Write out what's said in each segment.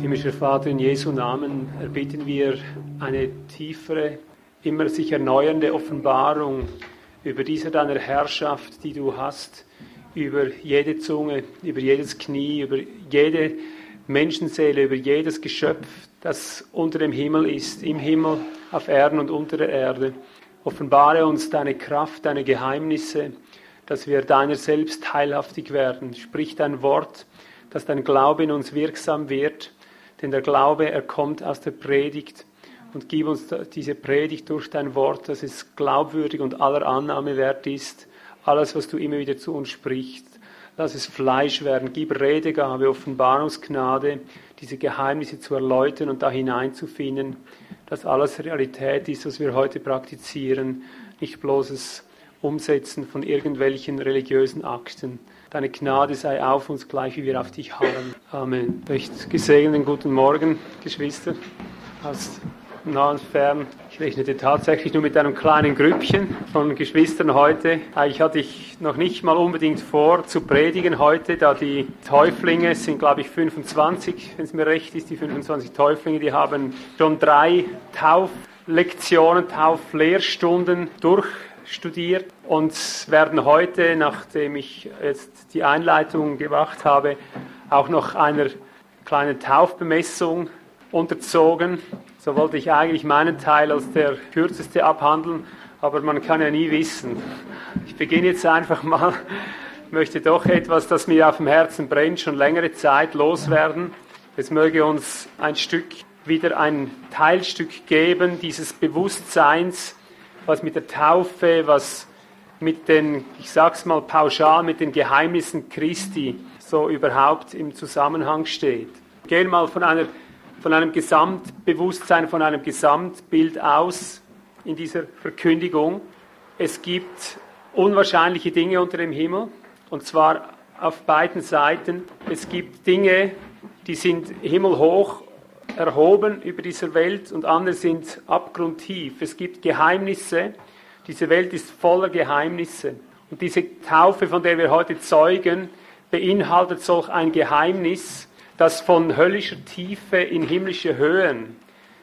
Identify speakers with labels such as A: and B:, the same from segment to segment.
A: Himmlischer Vater, in Jesu Namen erbitten wir eine tiefere, immer sich erneuernde Offenbarung über diese deiner Herrschaft, die du hast, über jede Zunge, über jedes Knie, über jede Menschenseele, über jedes Geschöpf, das unter dem Himmel ist, im Himmel, auf Erden und unter der Erde. Offenbare uns deine Kraft, deine Geheimnisse, dass wir deiner selbst teilhaftig werden. Sprich dein Wort, dass dein Glaube in uns wirksam wird, denn der Glaube, er kommt aus der Predigt. Und gib uns diese Predigt durch dein Wort, dass es glaubwürdig und aller Annahme wert ist. Alles, was du immer wieder zu uns sprichst, lass es Fleisch werden. Gib Redegabe, Offenbarungsgnade, diese Geheimnisse zu erläutern und da hineinzufinden, dass alles Realität ist, was wir heute praktizieren, nicht bloßes Umsetzen von irgendwelchen religiösen Akten. Deine Gnade sei auf uns, gleich wie wir auf dich harren. Amen. Recht gesegneten guten Morgen, Geschwister aus nah und fern. Ich rechnete tatsächlich nur mit einem kleinen Grüppchen von Geschwistern heute. Eigentlich hatte ich noch nicht mal unbedingt vor zu predigen heute, da die Täuflinge, es sind glaube ich 25, wenn es mir recht ist, die 25 Täuflinge, die haben schon 3 Tauflektionen, Tauflehrstunden durchstudiert und werden heute, nachdem ich jetzt die Einleitung gemacht habe, auch noch einer kleinen Taufbemessung unterzogen. So wollte ich eigentlich meinen Teil als der kürzeste abhandeln, aber man kann ja nie wissen. Ich beginne jetzt einfach mal, möchte doch etwas, das mir auf dem Herzen brennt, schon längere Zeit loswerden. Es möge uns ein Stück, wieder ein Teilstück geben, dieses Bewusstseins, was mit der Taufe, was mit den, ich sag's mal pauschal, mit den Geheimnissen Christi so überhaupt im Zusammenhang steht. Wir gehen mal von einem Gesamtbewusstsein, von einem Gesamtbild aus in dieser Verkündigung. Es gibt unwahrscheinliche Dinge unter dem Himmel, und zwar auf beiden Seiten. Es gibt Dinge, die sind himmelhoch erhoben über dieser Welt und andere sind abgrundtief. Es gibt Geheimnisse. Diese Welt ist voller Geheimnisse. Und diese Taufe, von der wir heute zeugen, beinhaltet solch ein Geheimnis, das von höllischer Tiefe in himmlische Höhen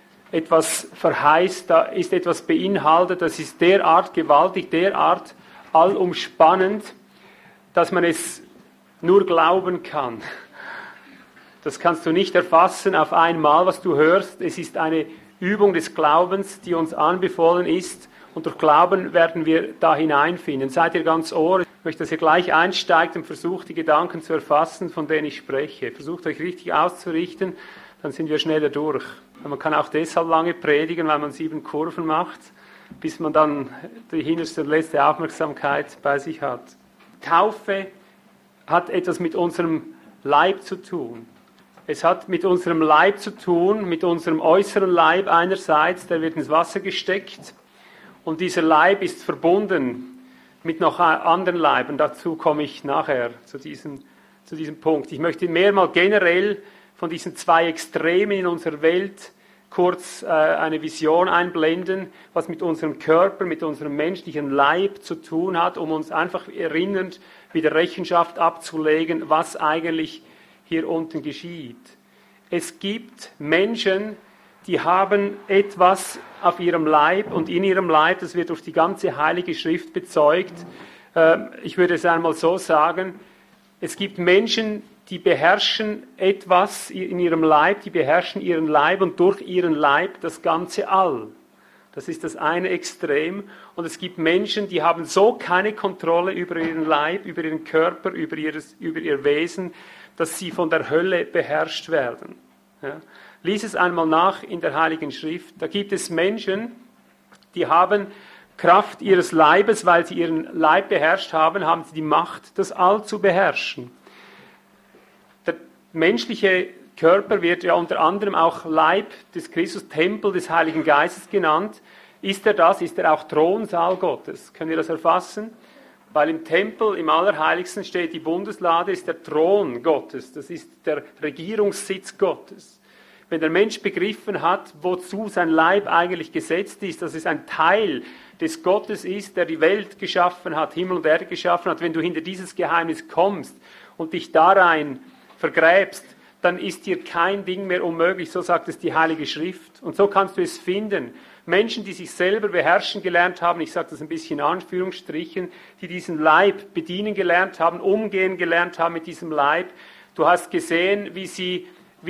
A: etwas verheißt, da ist etwas beinhaltet, das ist derart gewaltig, derart allumspannend, dass man es nur glauben kann. Das kannst du nicht erfassen auf einmal, was du hörst. Es ist eine Übung des Glaubens, die uns anbefohlen ist, und durch Glauben werden wir da hineinfinden. Seid ihr ganz Ohr. Ich möchte, dass ihr gleich einsteigt und versucht, die Gedanken zu erfassen, von denen ich spreche. Versucht euch richtig auszurichten, dann sind wir schneller durch. Und man kann auch deshalb lange predigen, weil man 7 Kurven macht, bis man dann die hinterste und letzte Aufmerksamkeit bei sich hat. Taufe hat etwas mit unserem Leib zu tun. Es hat mit unserem Leib zu tun, mit unserem äußeren Leib einerseits, der wird ins Wasser gesteckt. Und dieser Leib ist verbunden mit noch anderen Leiben. Dazu komme ich nachher zu diesem Punkt. Ich möchte mehr mal generell von diesen 2 Extremen in unserer Welt kurz eine Vision einblenden, was mit unserem Körper, mit unserem menschlichen Leib zu tun hat, um uns einfach erinnernd wieder Rechenschaft abzulegen, was eigentlich hier unten geschieht. Es gibt Menschen, die haben etwas auf ihrem Leib und in ihrem Leib, das wird durch die ganze Heilige Schrift bezeugt. Ich würde es einmal so sagen, es gibt Menschen, die beherrschen etwas in ihrem Leib, die beherrschen ihren Leib und durch ihren Leib das ganze All. Das ist das eine Extrem. Und es gibt Menschen, die haben so keine Kontrolle über ihren Leib, über ihren Körper, über ihr Wesen, dass sie von der Hölle beherrscht werden. Ja. Lies es einmal nach in der Heiligen Schrift. Da gibt es Menschen, die haben Kraft ihres Leibes, weil sie ihren Leib beherrscht haben, haben sie die Macht, das All zu beherrschen. Der menschliche Körper wird ja unter anderem auch Leib des Christus, Tempel des Heiligen Geistes genannt. Ist er das? Ist er auch Thronsaal Gottes? Können wir das erfassen? Weil im Tempel, im Allerheiligsten steht die Bundeslade, ist der Thron Gottes. Das ist der Regierungssitz Gottes. Wenn der Mensch begriffen hat, wozu sein Leib eigentlich gesetzt ist, dass es ein Teil des Gottes ist, der die Welt geschaffen hat, Himmel und Erde geschaffen hat, wenn du hinter dieses Geheimnis kommst und dich darein vergräbst, dann ist dir kein Ding mehr unmöglich, so sagt es die Heilige Schrift. Und so kannst du es finden. Menschen, die sich selber beherrschen gelernt haben, ich sage das ein bisschen in Anführungsstrichen, die diesen Leib bedienen gelernt haben, umgehen gelernt haben mit diesem Leib. Du hast gesehen, wie sie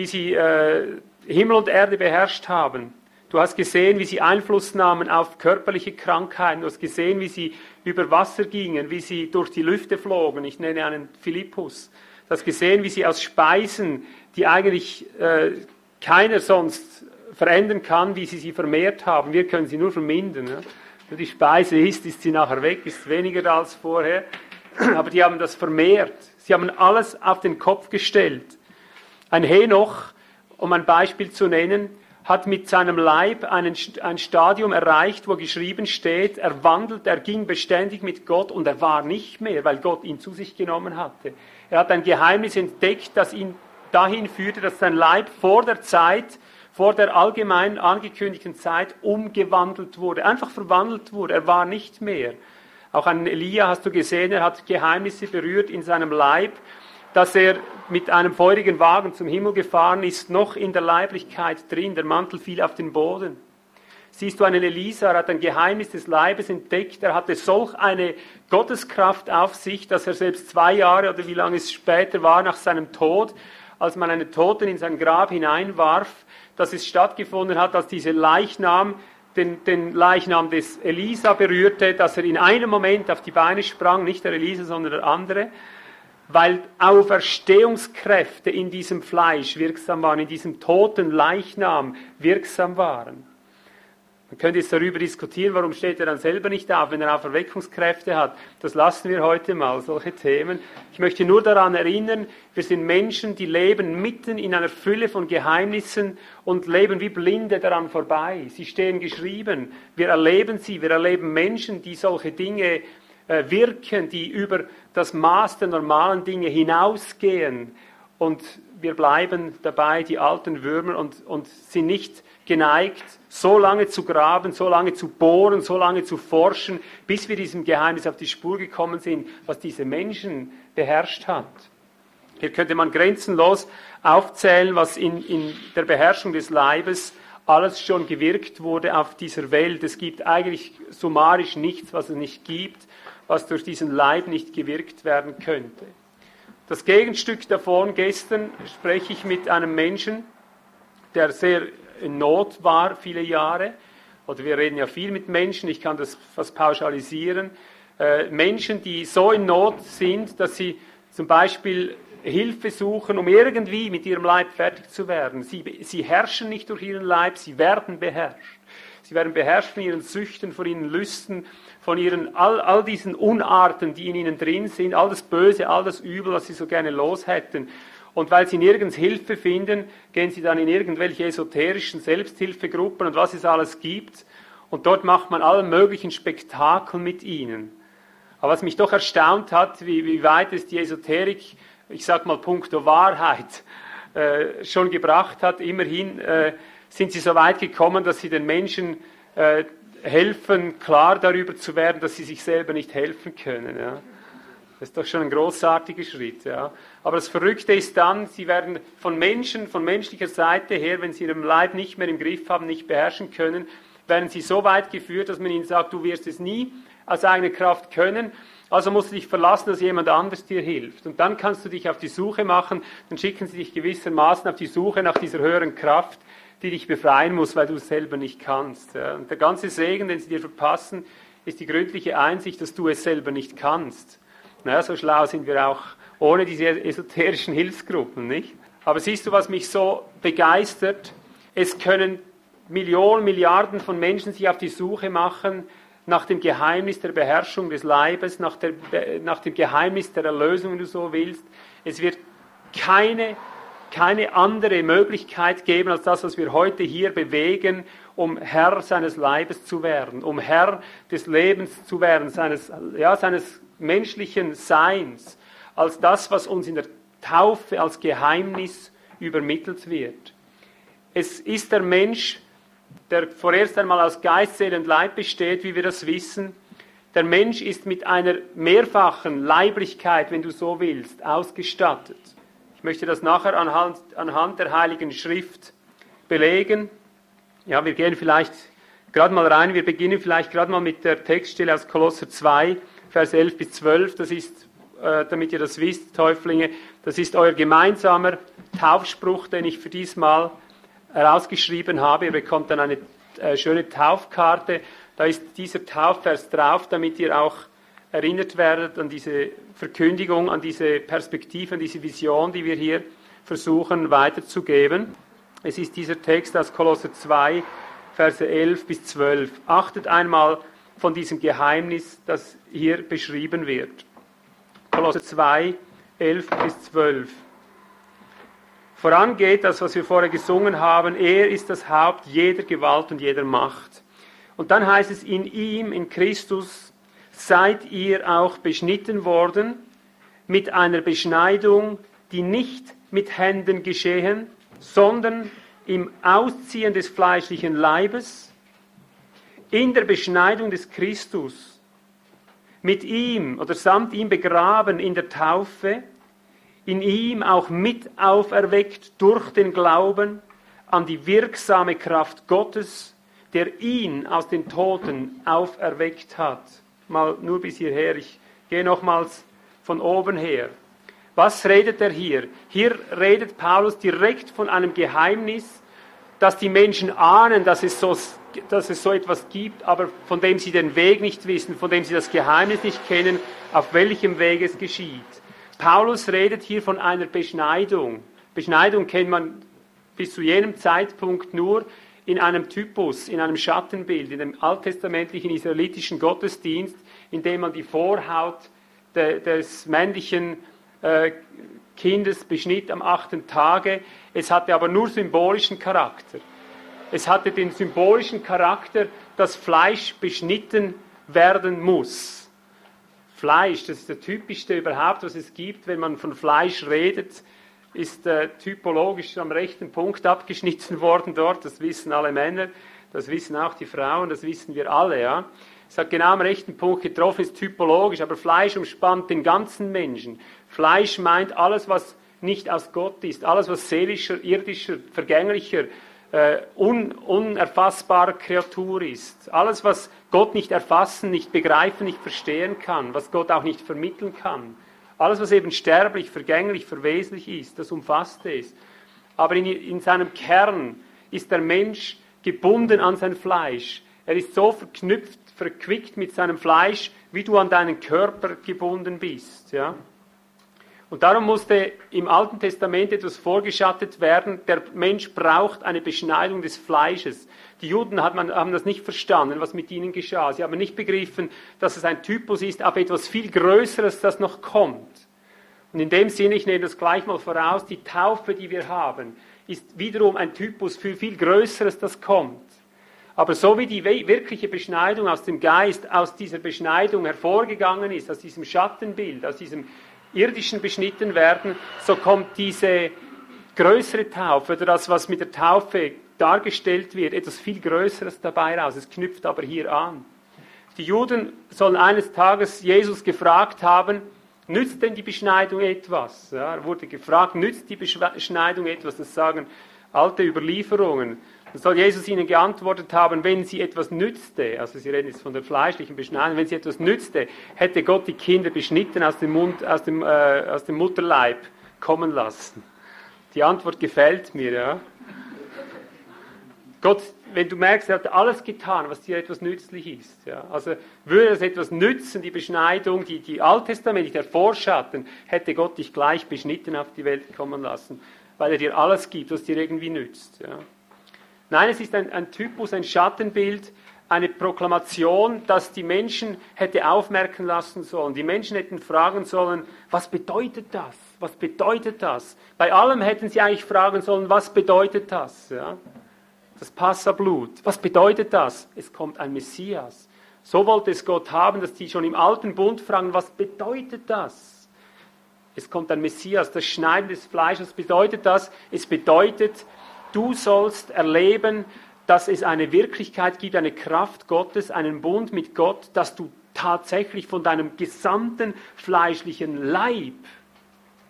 A: Himmel und Erde beherrscht haben. Du hast gesehen, wie sie Einfluss nahmen auf körperliche Krankheiten. Du hast gesehen, wie sie über Wasser gingen, wie sie durch die Lüfte flogen. Ich nenne einen Philippus. Du hast gesehen, wie sie aus Speisen, die eigentlich keiner sonst verändern kann, wie sie vermehrt haben. Wir können sie nur vermindern. Ja? Wenn die Speise ist sie nachher weg, ist weniger als vorher. Aber die haben das vermehrt. Sie haben alles auf den Kopf gestellt. Ein Henoch, um ein Beispiel zu nennen, hat mit seinem Leib ein Stadium erreicht, wo geschrieben steht, er ging beständig mit Gott und er war nicht mehr, weil Gott ihn zu sich genommen hatte. Er hat ein Geheimnis entdeckt, das ihn dahin führte, dass sein Leib vor der allgemein angekündigten Zeit umgewandelt wurde, einfach verwandelt wurde. Er war nicht mehr. Auch an Elia hast du gesehen, er hat Geheimnisse berührt in seinem Leib, dass er mit einem feurigen Wagen zum Himmel gefahren ist, noch in der Leiblichkeit drin, der Mantel fiel auf den Boden. Siehst du einen Elisa, er hat ein Geheimnis des Leibes entdeckt, er hatte solch eine Gotteskraft auf sich, dass er selbst 2 Jahre oder wie lange es später war nach seinem Tod, als man einen Toten in sein Grab hineinwarf, dass es stattgefunden hat, als dieser Leichnam den Leichnam des Elisa berührte, dass er in einem Moment auf die Beine sprang, nicht der Elisa, sondern der andere, weil Auferstehungskräfte in diesem Fleisch wirksam waren, in diesem toten Leichnam wirksam waren. Man könnte jetzt darüber diskutieren, warum steht er dann selber nicht auf, wenn er Auferweckungskräfte hat. Das lassen wir heute mal, solche Themen. Ich möchte nur daran erinnern, wir sind Menschen, die leben mitten in einer Fülle von Geheimnissen und leben wie Blinde daran vorbei. Sie stehen geschrieben, wir erleben sie, wir erleben Menschen, die solche Dinge wirken, die über das Maß der normalen Dinge hinausgehen. Und wir bleiben dabei, die alten Würmer, und sind nicht geneigt, so lange zu graben, so lange zu bohren, so lange zu forschen, bis wir diesem Geheimnis auf die Spur gekommen sind, was diese Menschen beherrscht hat. Hier könnte man grenzenlos aufzählen, was in der Beherrschung des Leibes alles schon gewirkt wurde auf dieser Welt. Es gibt eigentlich summarisch nichts, was es nicht gibt, was durch diesen Leib nicht gewirkt werden könnte. Das Gegenstück davon, gestern spreche ich mit einem Menschen, der sehr in Not war, viele Jahre, oder wir reden ja viel mit Menschen, ich kann das fast pauschalisieren, Menschen, die so in Not sind, dass sie zum Beispiel Hilfe suchen, um irgendwie mit ihrem Leib fertig zu werden. Sie herrschen nicht durch ihren Leib, sie werden beherrscht. Sie werden beherrscht von ihren Süchten, von ihren Lüsten, von ihren all diesen Unarten, die in ihnen drin sind, all das Böse, all das Übel, was sie so gerne los hätten. Und weil sie nirgends Hilfe finden, gehen sie dann in irgendwelche esoterischen Selbsthilfegruppen und was es alles gibt. Und dort macht man alle möglichen Spektakel mit ihnen. Aber was mich doch erstaunt hat, wie weit es die Esoterik, ich sag mal puncto Wahrheit, schon gebracht hat. Immerhin sind sie so weit gekommen, dass sie den Menschen helfen, klar darüber zu werden, dass sie sich selber nicht helfen können. Ja. Das ist doch schon ein großartiger Schritt. Ja. Aber das Verrückte ist dann, sie werden von Menschen, von menschlicher Seite her, wenn sie ihren Leib nicht mehr im Griff haben, nicht beherrschen können, werden sie so weit geführt, dass man ihnen sagt, du wirst es nie aus eigener Kraft können, also musst du dich verlassen, dass jemand anderes dir hilft. Und dann kannst du dich auf die Suche machen, dann schicken sie dich gewissermaßen auf die Suche nach dieser höheren Kraft, die dich befreien muss, weil du es selber nicht kannst. Ja. Und der ganze Segen, den sie dir verpassen, ist die gründliche Einsicht, dass du es selber nicht kannst. Naja, so schlau sind wir auch ohne diese esoterischen Hilfsgruppen, nicht? Aber siehst du, was mich so begeistert? Es können Millionen, Milliarden von Menschen sich auf die Suche machen nach dem Geheimnis der Beherrschung des Leibes, nach dem Geheimnis der Erlösung, wenn du so willst. Es wird keine andere Möglichkeit geben, als das, was wir heute hier bewegen, um Herr seines Leibes zu werden, um Herr des Lebens zu werden, seines menschlichen Seins, als das, was uns in der Taufe als Geheimnis übermittelt wird. Es ist der Mensch, der vorerst einmal aus Geist, Seele und Leib besteht, wie wir das wissen. Der Mensch ist mit einer mehrfachen Leiblichkeit, wenn du so willst, ausgestattet. Ich möchte das nachher anhand der Heiligen Schrift belegen. Ja, wir gehen vielleicht gerade mal rein, wir beginnen vielleicht gerade mal mit der Textstelle aus Kolosser 2, Vers 11 bis 12. Das ist, damit ihr das wisst, Täuflinge, das ist euer gemeinsamer Taufspruch, den ich für diesmal herausgeschrieben habe. Ihr bekommt dann eine schöne Taufkarte. Da ist dieser Taufvers drauf, damit ihr auch erinnert werdet an diese Verkündigung, an diese Perspektive, an diese Vision, die wir hier versuchen weiterzugeben. Es ist dieser Text aus Kolosser 2, Verse 11 bis 12. Achtet einmal von diesem Geheimnis, das hier beschrieben wird. Kolosser 2, 11 bis 12. Vorangeht das, was wir vorher gesungen haben, er ist das Haupt jeder Gewalt und jeder Macht. Und dann heißt es, in ihm, in Christus, seid ihr auch beschnitten worden mit einer Beschneidung, die nicht mit Händen geschehen, sondern im Ausziehen des fleischlichen Leibes, in der Beschneidung des Christus, mit ihm oder samt ihm begraben in der Taufe, in ihm auch mit auferweckt durch den Glauben an die wirksame Kraft Gottes, der ihn aus den Toten auferweckt hat. Mal nur bis hierher, ich gehe nochmals von oben her. Was redet er hier? Hier redet Paulus direkt von einem Geheimnis, dass die Menschen ahnen, dass es so etwas gibt, aber von dem sie den Weg nicht wissen, von dem sie das Geheimnis nicht kennen, auf welchem Weg es geschieht. Paulus redet hier von einer Beschneidung. Beschneidung kennt man bis zu jenem Zeitpunkt nur in einem Typus, in einem Schattenbild, in dem alttestamentlichen israelitischen Gottesdienst, in dem man die Vorhaut des männlichen Kindes beschnitt am 8. Tage. Es hatte aber nur symbolischen Charakter. Es hatte den symbolischen Charakter, dass Fleisch beschnitten werden muss. Fleisch, das ist der typischste überhaupt, was es gibt, wenn man von Fleisch redet, ist typologisch am rechten Punkt abgeschnitten worden dort. Das wissen alle Männer, das wissen auch die Frauen, das wissen wir alle. Ja. Es hat genau am rechten Punkt getroffen, ist typologisch, aber Fleisch umspannt den ganzen Menschen. Fleisch meint alles, was nicht aus Gott ist, alles, was seelischer, irdischer, vergänglicher, unerfassbarer Kreatur ist. Alles, was Gott nicht erfassen, nicht begreifen, nicht verstehen kann, was Gott auch nicht vermitteln kann. Alles, was eben sterblich, vergänglich, verweslich ist, das umfasst es. Aber in seinem Kern ist der Mensch gebunden an sein Fleisch. Er ist so verquickt mit seinem Fleisch, wie du an deinen Körper gebunden bist. Ja? Und darum musste im Alten Testament etwas vorgeschattet werden. Der Mensch braucht eine Beschneidung des Fleisches. Die Juden haben das nicht verstanden, was mit ihnen geschah. Sie haben nicht begriffen, dass es ein Typus ist auf etwas viel Größeres, das noch kommt. Und in dem Sinne, ich nehme das gleich mal voraus, die Taufe, die wir haben, ist wiederum ein Typus für viel Größeres, das kommt. Aber so wie die wirkliche Beschneidung aus dem Geist, aus dieser Beschneidung hervorgegangen ist, aus diesem Schattenbild, aus diesem irdischen Beschnittenwerden, so kommt diese größere Taufe, oder das, was mit der Taufe dargestellt wird, etwas viel Größeres dabei raus. Es knüpft aber hier an. Die Juden sollen eines Tages Jesus gefragt haben, nützt denn die Beschneidung etwas? Ja, er wurde gefragt, nützt die Beschneidung etwas? Das sagen alte Überlieferungen. Dann soll Jesus ihnen geantwortet haben, wenn sie etwas nützte, also sie reden jetzt von der fleischlichen Beschneidung, wenn sie etwas nützte, hätte Gott die Kinder beschnitten aus dem Mutterleib kommen lassen. Die Antwort gefällt mir, ja. Gott, wenn du merkst, er hat alles getan, was dir etwas nützlich ist. Ja. Also würde das etwas nützen, die Beschneidung, die alttestamentlich, der Vorschatten, hätte Gott dich gleich beschnitten auf die Welt kommen lassen, weil er dir alles gibt, was dir irgendwie nützt. Ja. Nein, es ist ein Typus, ein Schattenbild, eine Proklamation, das die Menschen hätte aufmerken lassen sollen. Die Menschen hätten fragen sollen, was bedeutet das? Was bedeutet das? Bei allem hätten sie eigentlich fragen sollen, was bedeutet das? Ja? Das Passablut. Was bedeutet das? Es kommt ein Messias. So wollte es Gott haben, dass die schon im alten Bund fragen, was bedeutet das? Es kommt ein Messias, das Schneiden des Fleisches. Was bedeutet das? Es bedeutet, du sollst erleben, dass es eine Wirklichkeit gibt, eine Kraft Gottes, einen Bund mit Gott, dass du tatsächlich von deinem gesamten fleischlichen Leib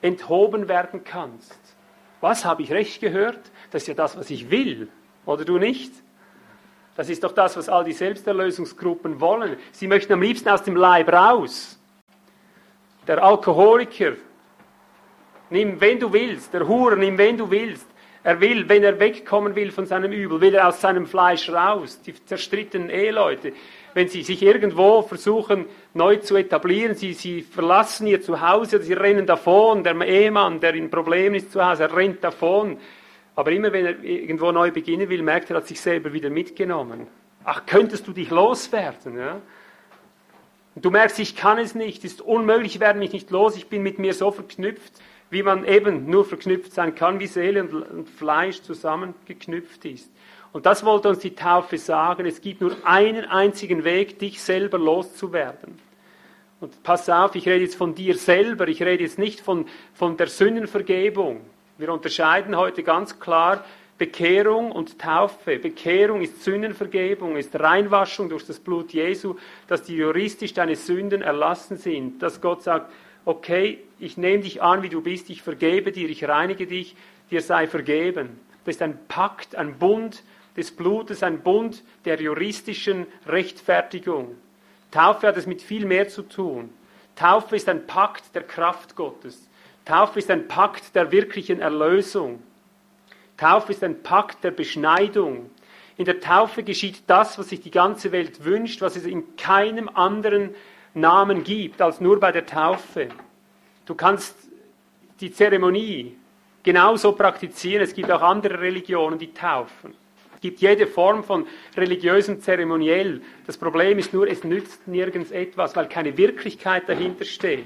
A: enthoben werden kannst. Was, habe ich recht gehört? Das ist ja das, was ich will, oder du nicht? Das ist doch das, was all die Selbsterlösungsgruppen wollen. Sie möchten am liebsten aus dem Leib raus. Der Alkoholiker, nimm, wen du willst. Der Hurer, nimm, wen du willst. Er will, wenn er wegkommen will von seinem Übel, will er aus seinem Fleisch raus. Die zerstrittenen Eheleute, wenn sie sich irgendwo versuchen, neu zu etablieren, sie verlassen ihr Zuhause, oder sie rennen davon. Der Ehemann, der in Problemen ist zu Hause, er rennt davon. Aber immer, wenn er irgendwo neu beginnen will, merkt er, hat sich selber wieder mitgenommen. Ach, könntest du dich loswerden? Ja? Und du merkst, ich kann es nicht, es ist unmöglich, ich werde mich nicht los, ich bin mit mir so verknüpft, wie man eben nur verknüpft sein kann, wie Seele und Fleisch zusammengeknüpft ist. Und das wollte uns die Taufe sagen, es gibt nur einen einzigen Weg, dich selber loszuwerden. Und pass auf, ich rede jetzt von dir selber, ich rede jetzt nicht von der Sündenvergebung. Wir unterscheiden heute ganz klar Bekehrung und Taufe. Bekehrung ist Sündenvergebung, ist Reinwaschung durch das Blut Jesu, dass dir juristisch deine Sünden erlassen sind. Dass Gott sagt, okay, ich nehme dich an, wie du bist, ich vergebe dir, ich reinige dich, dir sei vergeben. Das ist ein Pakt, ein Bund des Blutes, ein Bund der juristischen Rechtfertigung. Taufe hat es mit viel mehr zu tun. Taufe ist ein Pakt der Kraft Gottes. Taufe ist ein Pakt der wirklichen Erlösung. Taufe ist ein Pakt der Beschneidung. In der Taufe geschieht das, was sich die ganze Welt wünscht, was es in keinem anderen Namen gibt, als nur bei der Taufe. Du kannst die Zeremonie genauso praktizieren. Es gibt auch andere Religionen, die taufen. Es gibt jede Form von religiösem Zeremoniell. Das Problem ist nur, es nützt nirgends etwas, weil keine Wirklichkeit dahinter steht.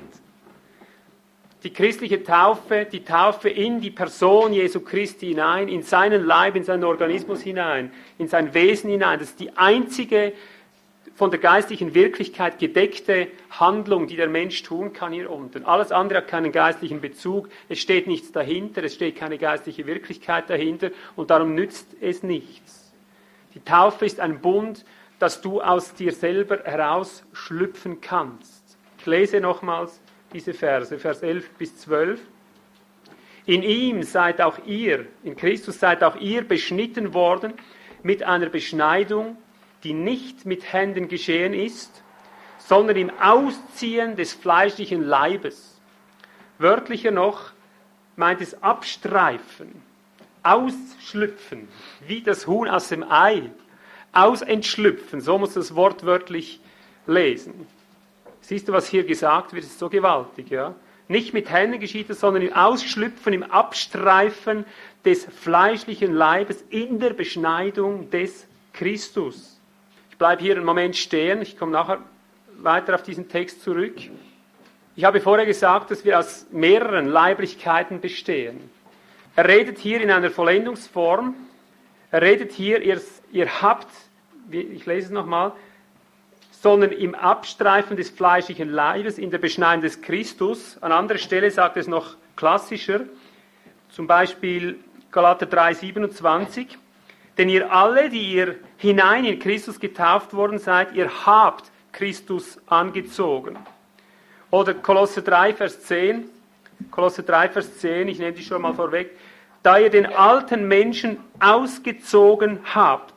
A: Die christliche Taufe, die Taufe in die Person Jesu Christi hinein, in seinen Leib, in seinen Organismus hinein, in sein Wesen hinein, das ist die einzige von der geistlichen Wirklichkeit gedeckte Handlung, die der Mensch tun kann hier unten. Alles andere hat keinen geistlichen Bezug, es steht nichts dahinter, es steht keine geistliche Wirklichkeit dahinter und darum nützt es nichts. Die Taufe ist ein Bund, dass du aus dir selber herausschlüpfen kannst. Ich lese nochmals diese Verse, Vers 11 bis 12. In ihm seid auch ihr, in Christus seid auch ihr beschnitten worden mit einer Beschneidung, die nicht mit Händen geschehen ist, sondern im Ausziehen des fleischlichen Leibes. Wörtlicher noch meint es abstreifen, ausschlüpfen, wie das Huhn aus dem Ei, ausentschlüpfen, so muss das wortwörtlich lesen. Siehst du, was hier gesagt wird, ist so gewaltig, ja? Nicht mit Händen geschieht es, sondern im Ausschlüpfen, im Abstreifen des fleischlichen Leibes in der Beschneidung des Christus. Ich bleibe hier einen Moment stehen, ich komme nachher weiter auf diesen Text zurück. Ich habe vorher gesagt, dass wir aus mehreren Leiblichkeiten bestehen. Er redet hier in einer Vollendungsform, er redet hier, ihr habt, ich lese es nochmal, sondern im Abstreifen des fleischlichen Leibes, in der Beschneidung des Christus. An anderer Stelle sagt es noch klassischer, zum Beispiel Galater 3,27. Denn ihr alle, die ihr hinein in Christus getauft worden seid, ihr habt Christus angezogen. Oder Kolosser 3, Vers 10. Kolosser 3, Vers 10, ich nehme die schon mal vorweg. Da ihr den alten Menschen ausgezogen habt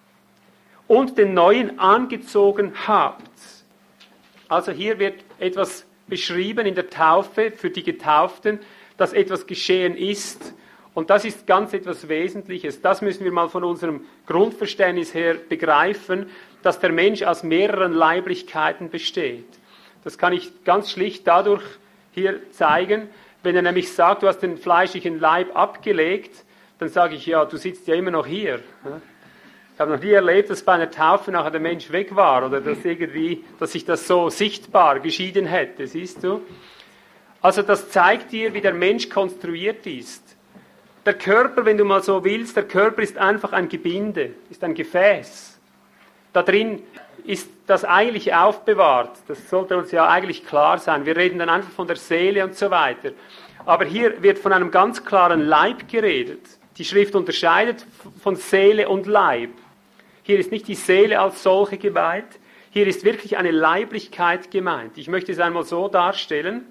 A: und den neuen angezogen habt. Also hier wird etwas beschrieben in der Taufe für die Getauften, dass etwas geschehen ist. Und das ist ganz etwas Wesentliches. Das müssen wir mal von unserem Grundverständnis her begreifen, dass der Mensch aus mehreren Leiblichkeiten besteht. Das kann ich ganz schlicht dadurch hier zeigen. Wenn er nämlich sagt, du hast den fleischlichen Leib abgelegt, dann sage ich, ja, du sitzt ja immer noch hier. Ich habe noch nie erlebt, dass bei einer Taufe nachher der Mensch weg war oder dass sich das so sichtbar geschieden hätte, siehst du? Also das zeigt dir, wie der Mensch konstruiert ist. Der Körper, wenn du mal so willst, der Körper ist einfach ein Gebinde, ist ein Gefäß. Da drin ist das Eigentliche aufbewahrt. Das sollte uns ja eigentlich klar sein. Wir reden dann einfach von der Seele und so weiter. Aber hier wird von einem ganz klaren Leib geredet. Die Schrift unterscheidet von Seele und Leib. Hier ist nicht die Seele als solche gemeint, hier ist wirklich eine Leiblichkeit gemeint. Ich möchte es einmal so darstellen.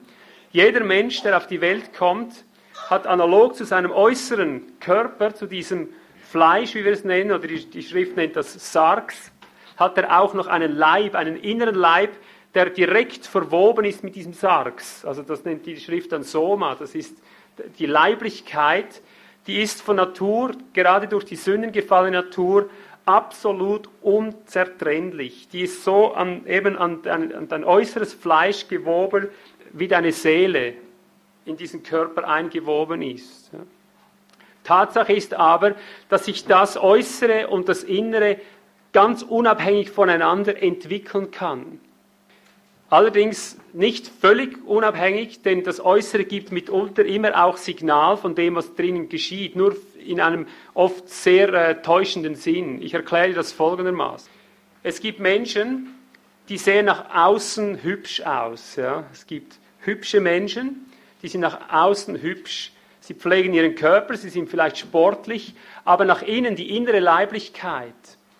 A: Jeder Mensch, der auf die Welt kommt, hat analog zu seinem äußeren Körper, zu diesem Fleisch, wie wir es nennen, oder die Schrift nennt das Sarx, hat er auch noch einen Leib, einen inneren Leib, der direkt verwoben ist mit diesem Sarx. Also das nennt die Schrift dann Soma, das ist die Leiblichkeit, die ist von Natur, gerade durch die sündengefallene Natur, absolut unzertrennlich. Die ist so an dein äußeres Fleisch gewoben, wie deine Seele in diesen Körper eingewoben ist. Tatsache ist aber, dass sich das Äußere und das Innere ganz unabhängig voneinander entwickeln kann. Allerdings nicht völlig unabhängig, denn das Äußere gibt mitunter immer auch Signal von dem, was drinnen geschieht, nur in einem oft sehr täuschenden Sinn. Ich erkläre das folgendermaßen. Es gibt Menschen, die sehen nach außen hübsch aus. Ja? Es gibt hübsche Menschen, die sind nach außen hübsch. Sie pflegen ihren Körper, sie sind vielleicht sportlich, aber nach innen die innere Leiblichkeit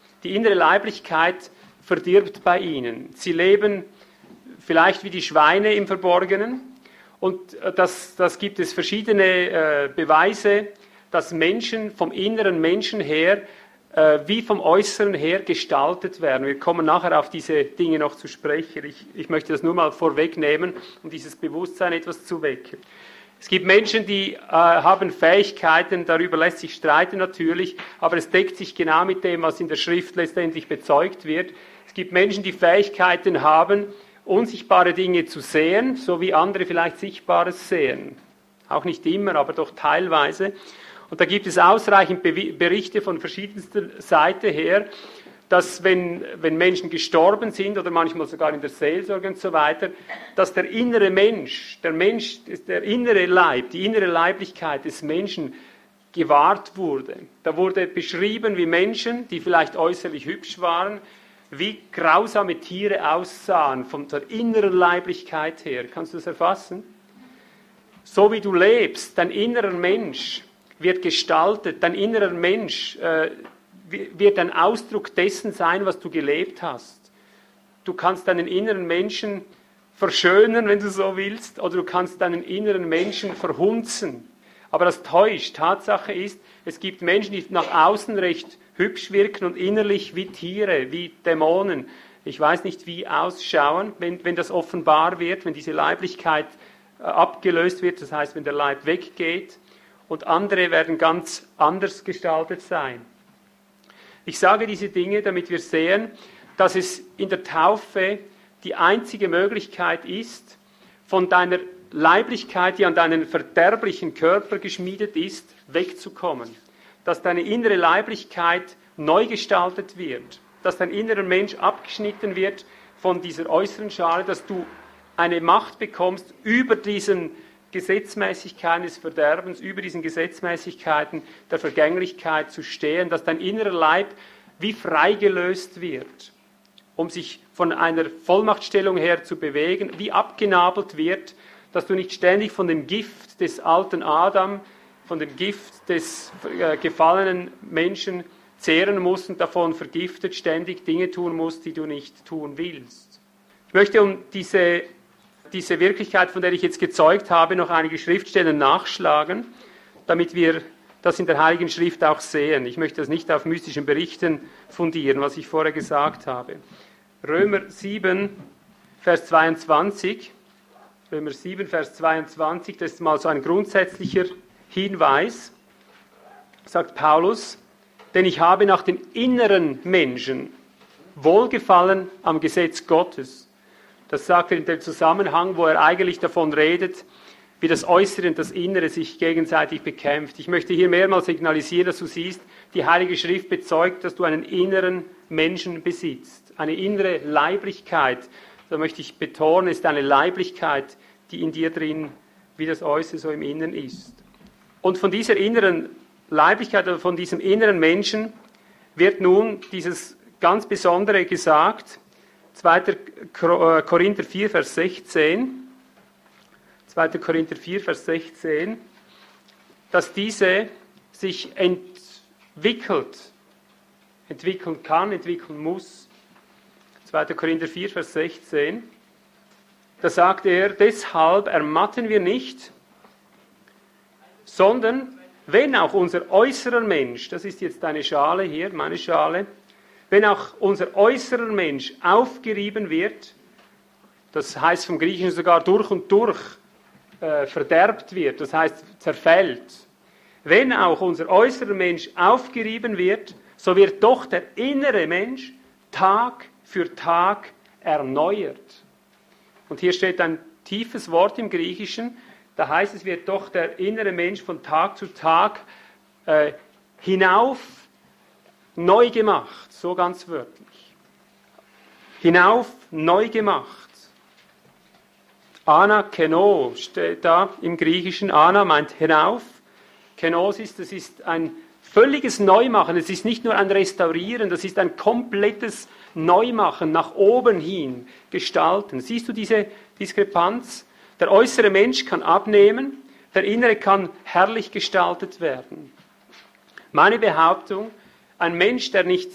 A: verdirbt bei ihnen. Sie leben vielleicht wie die Schweine im Verborgenen. Und das gibt es verschiedene Beweise, dass Menschen vom inneren Menschen her wie vom Äußeren her gestaltet werden. Wir kommen nachher auf diese Dinge noch zu sprechen. Ich möchte das nur mal vorwegnehmen, um dieses Bewusstsein etwas zu wecken. Es gibt Menschen, die haben Fähigkeiten, darüber lässt sich streiten natürlich, aber es deckt sich genau mit dem, was in der Schrift letztendlich bezeugt wird. Es gibt Menschen, die Fähigkeiten haben, unsichtbare Dinge zu sehen, so wie andere vielleicht Sichtbares sehen. Auch nicht immer, aber doch teilweise. Und da gibt es ausreichend Berichte von verschiedenster Seite her, dass wenn Menschen gestorben sind oder manchmal sogar in der Seelsorge und so weiter, dass der innere Mensch, der innere Leib, die innere Leiblichkeit des Menschen gewahrt wurde. Da wurde beschrieben, wie Menschen, die vielleicht äußerlich hübsch waren, wie grausame Tiere aussahen, von der inneren Leiblichkeit her. Kannst du das erfassen? So wie du lebst, dein innerer Mensch wird gestaltet, dein innerer Mensch wird ein Ausdruck dessen sein, was du gelebt hast. Du kannst deinen inneren Menschen verschönern, wenn du so willst, oder du kannst deinen inneren Menschen verhunzen. Aber das täuscht. Tatsache ist, es gibt Menschen, die nach außen recht hübsch wirken und innerlich wie Tiere, wie Dämonen. Ich weiß nicht, wie ausschauen, wenn das offenbar wird, wenn diese Leiblichkeit abgelöst wird, das heißt, wenn der Leib weggeht. Und andere werden ganz anders gestaltet sein. Ich sage diese Dinge, damit wir sehen, dass es in der Taufe die einzige Möglichkeit ist, von deiner Leiblichkeit, die an deinen verderblichen Körper geschmiedet ist, wegzukommen. Dass deine innere Leiblichkeit neu gestaltet wird. Dass dein innerer Mensch abgeschnitten wird von dieser äußeren Schale, dass du eine Macht bekommst über diesen Gesetzmäßigkeiten des Verderbens, über diesen Gesetzmäßigkeiten der Vergänglichkeit zu stehen, dass dein innerer Leib wie freigelöst wird, um sich von einer Vollmachtstellung her zu bewegen, wie abgenabelt wird, dass du nicht ständig von dem Gift des alten Adam, von dem Gift des gefallenen Menschen zehren musst und davon vergiftet ständig Dinge tun musst, die du nicht tun willst. Ich möchte um diese Wirklichkeit, von der ich jetzt gezeugt habe, noch einige Schriftstellen nachschlagen, damit wir das in der Heiligen Schrift auch sehen. Ich möchte das nicht auf mystischen Berichten fundieren, was ich vorher gesagt habe. Römer 7, Vers 22. Römer 7, Vers 22, das ist mal so ein grundsätzlicher Hinweis, sagt Paulus, denn ich habe nach dem inneren Menschen Wohlgefallen am Gesetz Gottes. Das sagt er in dem Zusammenhang, wo er eigentlich davon redet, wie das Äußere und das Innere sich gegenseitig bekämpft. Ich möchte hier mehrmals signalisieren, dass du siehst, die Heilige Schrift bezeugt, dass du einen inneren Menschen besitzt. Eine innere Leiblichkeit, da möchte ich betonen, ist eine Leiblichkeit, die in dir drin, wie das Äußere so im Inneren ist. Und von dieser inneren Leiblichkeit oder von diesem inneren Menschen wird nun dieses ganz Besondere gesagt, 2. Korinther 4, Vers 16, 2. Korinther 4, Vers 16, dass diese sich entwickeln kann, entwickeln muss. 2. Korinther 4, Vers 16. da sagt er, deshalb ermatten wir nicht, sondern wenn auch unser äußerer Mensch, das ist jetzt deine Schale hier, meine Schale, wenn auch unser äußerer Mensch aufgerieben wird, das heißt vom Griechischen sogar durch und durch verderbt wird, das heißt zerfällt. Wenn auch unser äußerer Mensch aufgerieben wird, so wird doch der innere Mensch Tag für Tag erneuert. Und hier steht ein tiefes Wort im Griechischen, da heißt es, wird doch der innere Mensch von Tag zu Tag hinauf neu gemacht, so ganz wörtlich. Hinauf neu gemacht. Anakeno steht da im Griechischen. Ana meint hinauf. Kenosis, das ist ein völliges Neumachen. Es ist nicht nur ein Restaurieren, das ist ein komplettes Neumachen, nach oben hin gestalten. Siehst du diese Diskrepanz? Der äußere Mensch kann abnehmen, der innere kann herrlich gestaltet werden. Meine Behauptung, ein Mensch, der nicht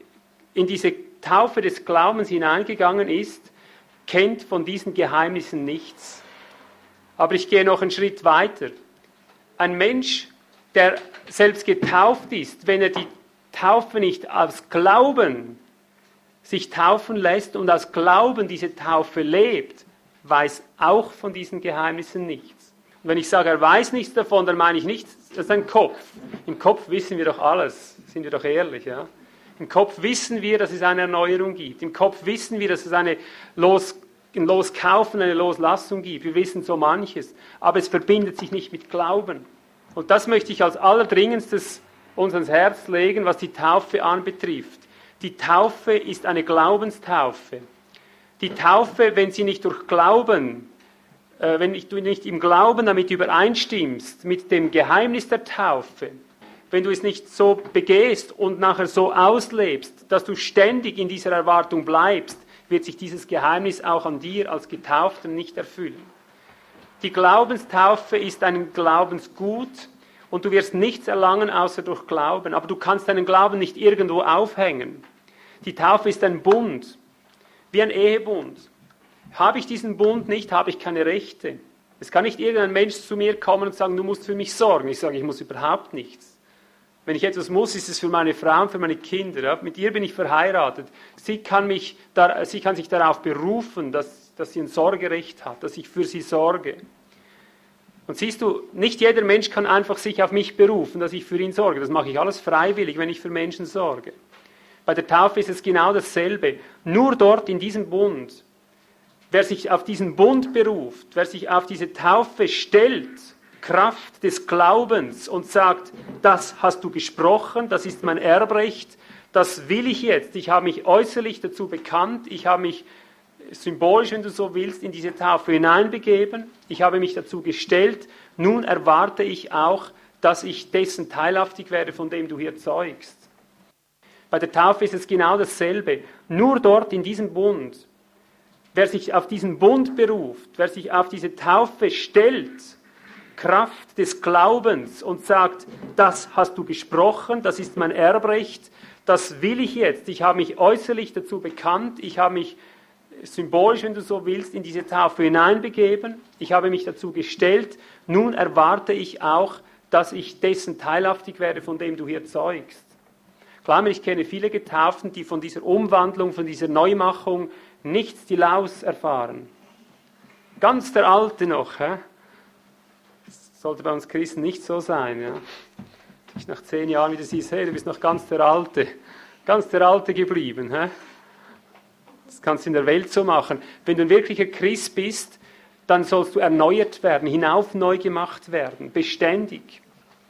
A: in diese Taufe des Glaubens hineingegangen ist, kennt von diesen Geheimnissen nichts. Aber ich gehe noch einen Schritt weiter. Ein Mensch, der selbst getauft ist, wenn er die Taufe nicht aus Glauben sich taufen lässt und aus Glauben diese Taufe lebt, weiß auch von diesen Geheimnissen nichts. Und wenn ich sage, er weiß nichts davon, dann meine ich nicht, das ist ein Kopf. Im Kopf wissen wir doch alles, sind wir doch ehrlich, ja? Im Kopf wissen wir, dass es eine Erneuerung gibt. Im Kopf wissen wir, dass es ein Loskaufen, eine Loslassung gibt. Wir wissen so manches. Aber es verbindet sich nicht mit Glauben. Und das möchte ich als allerdringendstes uns ans Herz legen, was die Taufe anbetrifft. Die Taufe ist eine Glaubenstaufe. Die Taufe, wenn sie nicht durch Glauben, wenn du nicht im Glauben damit übereinstimmst, mit dem Geheimnis der Taufe, wenn du es nicht so begehst und nachher so auslebst, dass du ständig in dieser Erwartung bleibst, wird sich dieses Geheimnis auch an dir als Getauften nicht erfüllen. Die Glaubenstaufe ist ein Glaubensgut und du wirst nichts erlangen, außer durch Glauben. Aber du kannst deinen Glauben nicht irgendwo aufhängen. Die Taufe ist ein Bund, wie ein Ehebund. Habe ich diesen Bund nicht, habe ich keine Rechte. Es kann nicht irgendein Mensch zu mir kommen und sagen, du musst für mich sorgen. Ich sage, ich muss überhaupt nichts. Wenn ich etwas muss, ist es für meine Frau und für meine Kinder. Ja? Mit ihr bin ich verheiratet. Sie kann sich darauf berufen, dass sie ein Sorgerecht hat, dass ich für sie sorge. Und siehst du, nicht jeder Mensch kann einfach sich auf mich berufen, dass ich für ihn sorge. Das mache ich alles freiwillig, wenn ich für Menschen sorge. Bei der Taufe ist es genau dasselbe. Nur dort in diesem Bund, wer sich auf diesen Bund beruft, wer sich auf diese Taufe stellt, Kraft des Glaubens und sagt, das hast du gesprochen, das ist mein Erbrecht, das will ich jetzt. Ich habe mich äußerlich dazu bekannt, ich habe mich symbolisch, wenn du so willst, in diese Taufe hineinbegeben, ich habe mich dazu gestellt, nun erwarte ich auch, dass ich dessen teilhaftig werde, von dem du hier zeugst. Bei der Taufe ist es genau dasselbe. Nur dort in diesem Bund, wer sich auf diesen Bund beruft, wer sich auf diese Taufe stellt, Kraft des Glaubens und sagt, das hast du gesprochen, das ist mein Erbrecht, das will ich jetzt. Ich habe mich äußerlich dazu bekannt, ich habe mich symbolisch, wenn du so willst, in diese Taufe hineinbegeben, ich habe mich dazu gestellt, nun erwarte ich auch, dass ich dessen teilhaftig werde, von dem du hier zeugst. Klar, ich kenne viele Getauften, die von dieser Umwandlung, von dieser Neumachung nichts die Laus erfahren. Ganz der Alte noch, Das sollte bei uns Christen nicht so sein. Ja? Ich nach 10 Jahren wieder siehst, hey, du bist noch ganz der Alte geblieben. Das kannst du in der Welt so machen. Wenn du ein wirklicher Christ bist, dann sollst du erneuert werden, hinauf neu gemacht werden, beständig.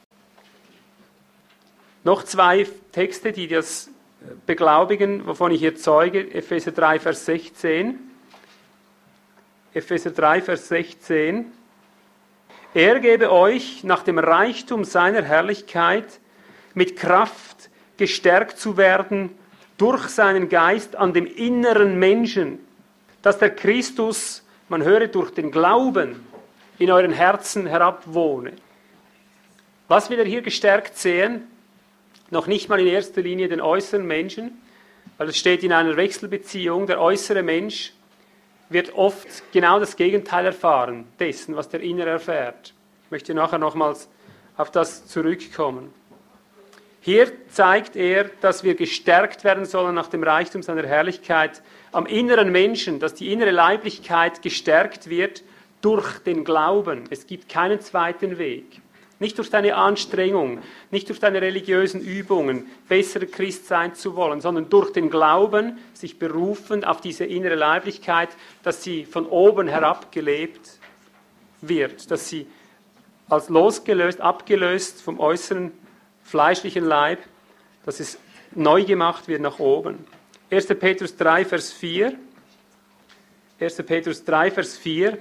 A: Noch 2 Texte, die das beglaubigen, wovon ich hier zeuge. Epheser 3, Vers 16. Epheser 3, Vers 16. Er gebe euch nach dem Reichtum seiner Herrlichkeit mit Kraft gestärkt zu werden durch seinen Geist an dem inneren Menschen, dass der Christus, man höre, durch den Glauben in euren Herzen herabwohne. Was wir hier gestärkt sehen, noch nicht mal in erster Linie den äußeren Menschen, weil es steht in einer Wechselbeziehung, der äußere Mensch wird oft genau das Gegenteil erfahren, dessen, was der Innere erfährt. Ich möchte nachher nochmals auf das zurückkommen. Hier zeigt er, dass wir gestärkt werden sollen nach dem Reichtum seiner Herrlichkeit am inneren Menschen, dass die innere Leiblichkeit gestärkt wird durch den Glauben. Es gibt keinen zweiten Weg. Nicht durch deine Anstrengung, nicht durch deine religiösen Übungen, besser Christ sein zu wollen, sondern durch den Glauben, sich berufen auf diese innere Leiblichkeit, dass sie von oben herab gelebt wird, dass sie als losgelöst, abgelöst vom äußeren fleischlichen Leib, dass es neu gemacht wird nach oben. 1. Petrus 3, Vers 4. 1. Petrus 3, Vers 4.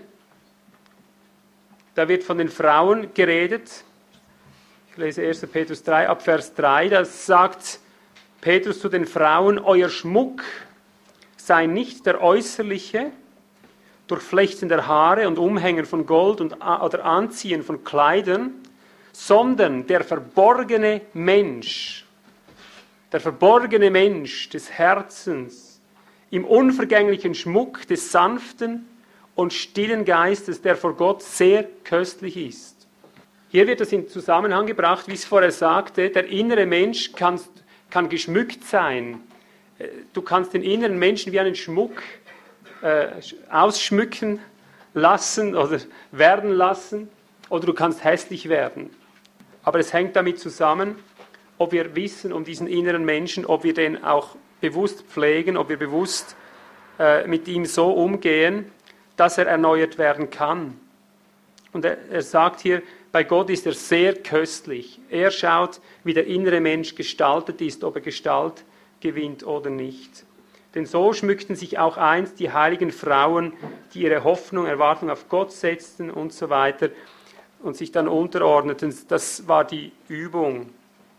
A: Da wird von den Frauen geredet. Ich lese 1. Petrus 3 ab Vers 3. Da sagt Petrus zu den Frauen, euer Schmuck sei nicht der äußerliche, Durchflechten der Haare und Umhängen von Gold oder Anziehen von Kleidern, sondern der verborgene Mensch des Herzens, im unvergänglichen Schmuck des sanften und stillen Geistes, der vor Gott sehr köstlich ist. Hier wird das in Zusammenhang gebracht, wie ich es vorher sagte, der innere Mensch kann geschmückt sein. Du kannst den inneren Menschen wie einen Schmuck ausschmücken lassen oder werden lassen, oder du kannst hässlich werden. Aber es hängt damit zusammen, ob wir wissen um diesen inneren Menschen, ob wir den auch bewusst pflegen, ob wir bewusst mit ihm so umgehen, dass er erneuert werden kann. Und er sagt hier, bei Gott ist er sehr köstlich. Er schaut, wie der innere Mensch gestaltet ist, ob er Gestalt gewinnt oder nicht. Denn so schmückten sich auch einst die heiligen Frauen, die ihre Hoffnung, Erwartung auf Gott setzten und so weiter und sich dann unterordneten. Das war die Übung.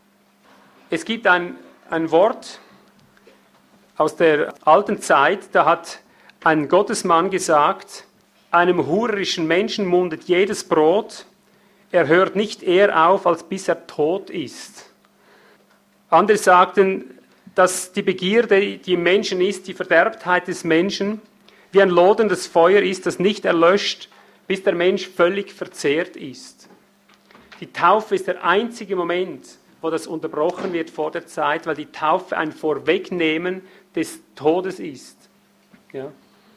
A: Es gibt ein Wort aus der alten Zeit, da hat ein Gottesmann gesagt, einem hurerischen Menschen mundet jedes Brot, er hört nicht eher auf, als bis er tot ist. Andere sagten, dass die Begierde, die im Menschen ist, die Verderbtheit des Menschen, wie ein loderndes Feuer ist, das nicht erlöscht, bis der Mensch völlig verzehrt ist. Die Taufe ist der einzige Moment, wo das unterbrochen wird vor der Zeit, weil die Taufe ein Vorwegnehmen des Todes ist. Ja.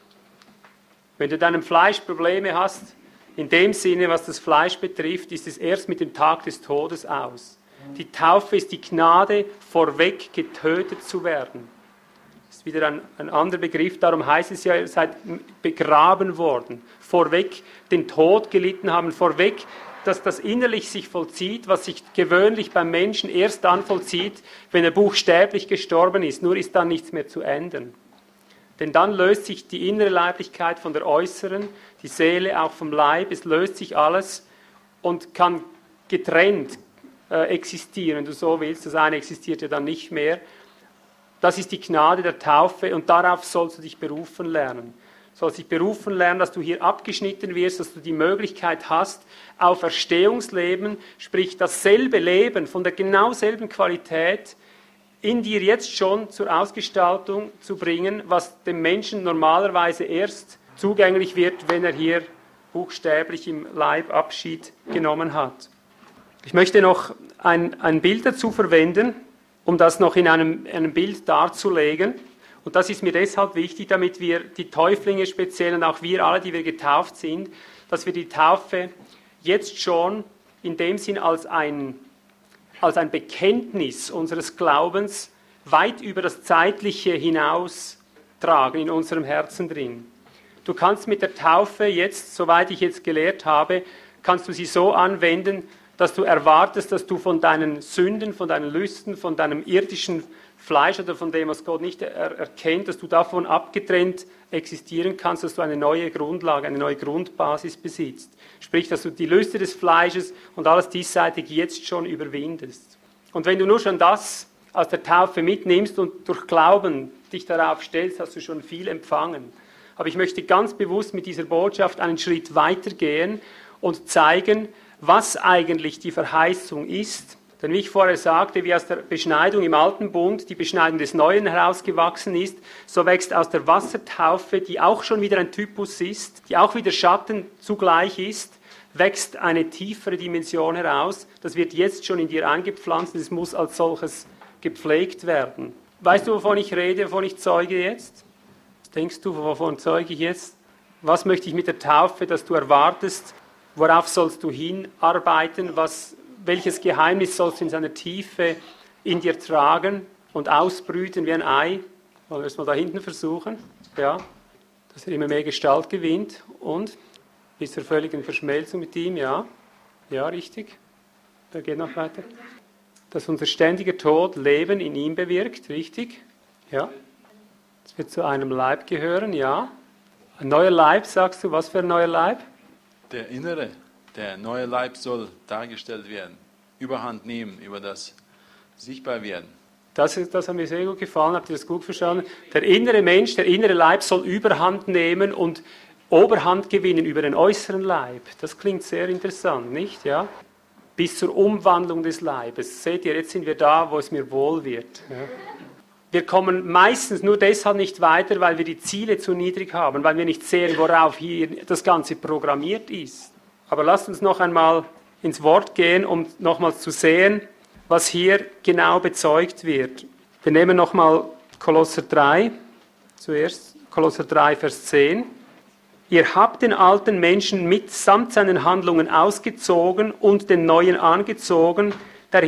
A: Wenn du deinem Fleisch Probleme hast, in dem Sinne, was das Fleisch betrifft, ist es erst mit dem Tag des Todes aus. Die Taufe ist die Gnade, vorweg getötet zu werden. Das ist wieder ein anderer Begriff, darum heißt es ja, ihr seid begraben worden, vorweg den Tod gelitten haben, vorweg, dass das innerlich sich vollzieht, was sich gewöhnlich beim Menschen erst dann vollzieht, wenn er buchstäblich gestorben ist, nur ist dann nichts mehr zu ändern. Denn dann löst sich die innere Leiblichkeit von der äußeren, die Seele auch vom Leib, es löst sich alles und kann getrennt existieren, wenn du so willst. Das eine existiert ja dann nicht mehr. Das ist die Gnade der Taufe und darauf sollst du dich berufen lernen. Du sollst dich berufen lernen, dass du hier abgeschnitten wirst, dass du die Möglichkeit hast, auf Auferstehungsleben, sprich dasselbe Leben von der genau selben Qualität, in dir jetzt schon zur Ausgestaltung zu bringen, was dem Menschen normalerweise erst zugänglich wird, wenn er hier buchstäblich im Leib Abschied genommen hat. Ich möchte noch ein Bild dazu verwenden, um das noch in einem Bild darzulegen. Und das ist mir deshalb wichtig, damit wir die Täuflinge speziell und auch wir alle, die wir getauft sind, dass wir die Taufe jetzt schon in dem Sinn als ein Bekenntnis unseres Glaubens weit über das Zeitliche hinaus tragen in unserem Herzen drin. Du kannst mit der Taufe jetzt, soweit ich jetzt gelehrt habe, kannst du sie so anwenden, dass du erwartest, dass du von deinen Sünden, von deinen Lüsten, von deinem irdischen Fleisch oder von dem, was Gott nicht erkennt, dass du davon abgetrennt existieren kannst, dass du eine neue Grundlage, eine neue Grundbasis besitzt. Sprich, dass du die Lüste des Fleisches und alles Diesseitige jetzt schon überwindest. Und wenn du nur schon das aus der Taufe mitnimmst und durch Glauben dich darauf stellst, hast du schon viel empfangen. Aber ich möchte ganz bewusst mit dieser Botschaft einen Schritt weitergehen und zeigen, was eigentlich die Verheißung ist Denn wie ich vorher sagte, wie aus der Beschneidung im Alten Bund die Beschneidung des Neuen herausgewachsen ist, so wächst aus der Wassertaufe, die auch schon wieder ein Typus ist, die auch wieder Schatten zugleich ist, wächst eine tiefere Dimension heraus. Das wird jetzt schon in dir eingepflanzt und es muss als solches gepflegt werden. Weißt du, wovon ich rede, wovon ich zeuge jetzt? Was denkst du, wovon zeuge ich jetzt? Was möchte ich mit der Taufe, dass du erwartest? Worauf sollst du hinarbeiten? Welches Geheimnis sollst du in seiner Tiefe in dir tragen und ausbrüten wie ein Ei? Wollen wir es mal da hinten versuchen? Ja, dass er immer mehr Gestalt gewinnt und bis zur völligen Verschmelzung mit ihm, ja. Ja, richtig. Da geht noch weiter. Dass unser ständiger Tod Leben in ihm bewirkt, richtig? Ja. Das wird zu einem Leib gehören, ja. Ein neuer Leib, sagst du, was für ein neuer Leib?
B: Der innere, der neue Leib soll dargestellt werden, Überhand nehmen über das Sichtbarwerden.
A: Das hat mir sehr gut gefallen, habt ihr das gut verstanden? Der innere Mensch, der innere Leib soll Überhand nehmen und Oberhand gewinnen über den äußeren Leib. Das klingt sehr interessant, nicht? Ja? Bis zur Umwandlung des Leibes. Seht ihr, jetzt sind wir da, wo es mir wohl wird. Ja? Wir kommen meistens nur deshalb nicht weiter, weil wir die Ziele zu niedrig haben, weil wir nicht sehen, worauf hier das Ganze programmiert ist. Aber lasst uns noch einmal ins Wort gehen, um nochmals zu sehen, was hier genau bezeugt wird. Wir nehmen nochmal Kolosser 3, zuerst Kolosser 3, Vers 10. Ihr habt den alten Menschen mitsamt seinen Handlungen ausgezogen und den neuen angezogen, der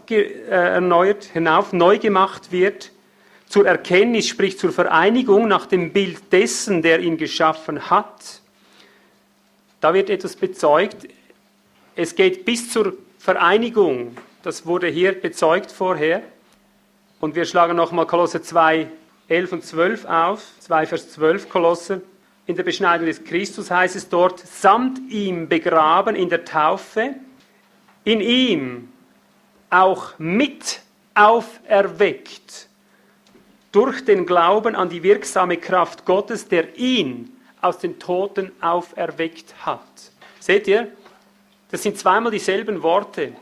A: hinauf neu gemacht wird, zur Erkenntnis, sprich zur Vereinigung nach dem Bild dessen, der ihn geschaffen hat. Da wird etwas bezeugt. Es geht bis zur Vereinigung. Das wurde hier bezeugt vorher. Und wir schlagen nochmal Kolosser 2, 11 und 12 auf. 2 Vers 12 Kolosser. In der Beschneidung des Christus heißt es dort, samt ihm begraben in der Taufe, in ihm auch mit auferweckt, durch den Glauben an die wirksame Kraft Gottes, der ihn aus den Toten auferweckt hat. Seht ihr? Das sind zweimal dieselben Worte.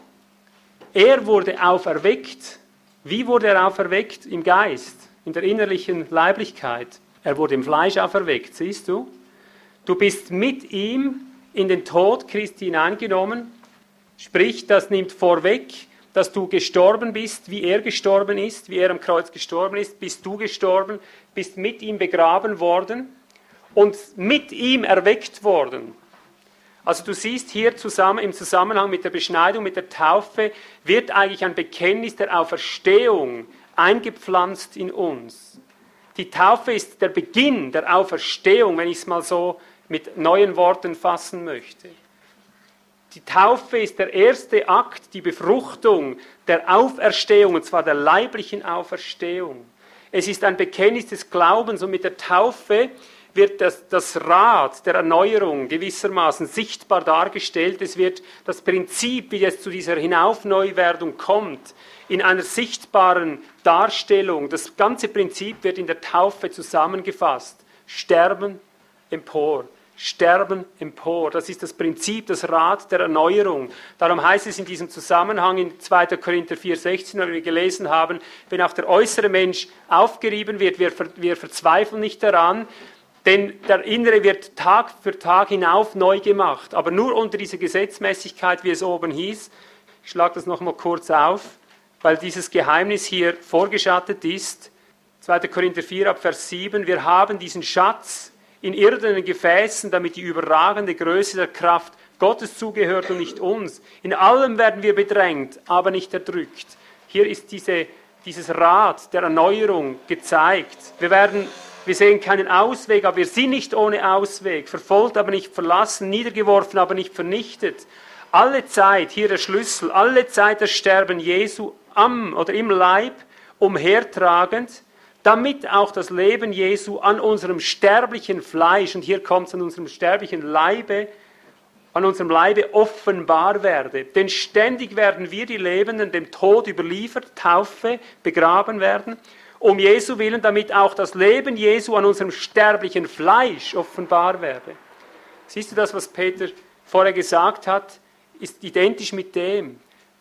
A: Er wurde auferweckt. Wie wurde er auferweckt? Im Geist, in der innerlichen Leiblichkeit. Er wurde im Fleisch auferweckt, siehst du? Du bist mit ihm in den Tod Christi hineingenommen. Sprich, das nimmt vorweg, dass du gestorben bist, wie er gestorben ist, wie er am Kreuz gestorben ist, bist du gestorben, bist mit ihm begraben worden und mit ihm erweckt worden. Also du siehst hier im Zusammenhang mit der Beschneidung, mit der Taufe, wird eigentlich ein Bekenntnis der Auferstehung eingepflanzt in uns. Die Taufe ist der Beginn der Auferstehung, wenn ich es mal so mit neuen Worten fassen möchte. Die Taufe ist der erste Akt, die Befruchtung der Auferstehung, und zwar der leiblichen Auferstehung. Es ist ein Bekenntnis des Glaubens und mit der Taufe wird das Rad der Erneuerung gewissermaßen sichtbar dargestellt. Es wird das Prinzip, wie es zu dieser Hinaufneuwerdung kommt, in einer sichtbaren Darstellung. Das ganze Prinzip wird in der Taufe zusammengefasst. Sterben, empor. Sterben, empor. Das ist das Prinzip, das Rad der Erneuerung. Darum heißt es in diesem Zusammenhang in 2. Korinther 4,16, wo wir gelesen haben, wenn auch der äußere Mensch aufgerieben wird, wir verzweifeln nicht daran, denn der Innere wird Tag für Tag hinauf neu gemacht. Aber nur unter dieser Gesetzmäßigkeit, wie es oben hieß. Ich schlage das nochmal kurz auf, weil dieses Geheimnis hier vorgeschattet ist. 2. Korinther 4 ab Vers 7. Wir haben diesen Schatz in irdenen Gefäßen, damit die überragende Größe der Kraft Gottes zugehört und nicht uns. In allem werden wir bedrängt, aber nicht erdrückt. Hier ist dieses Rad der Erneuerung gezeigt. Wir sehen keinen Ausweg, aber wir sind nicht ohne Ausweg. Verfolgt, aber nicht verlassen, niedergeworfen, aber nicht vernichtet. Alle Zeit, hier der Schlüssel, alle Zeit das Sterben Jesu am oder im Leib umhertragend, damit auch das Leben Jesu an unserem sterblichen Fleisch, und hier kommt es an unserem sterblichen Leibe, an unserem Leibe offenbar werde. Denn ständig werden wir, die Lebenden, dem Tod überliefert, Taufe, begraben werden, um Jesu willen, damit auch das Leben Jesu an unserem sterblichen Fleisch offenbar werde. Siehst du das, was Peter vorher gesagt hat, ist identisch mit dem.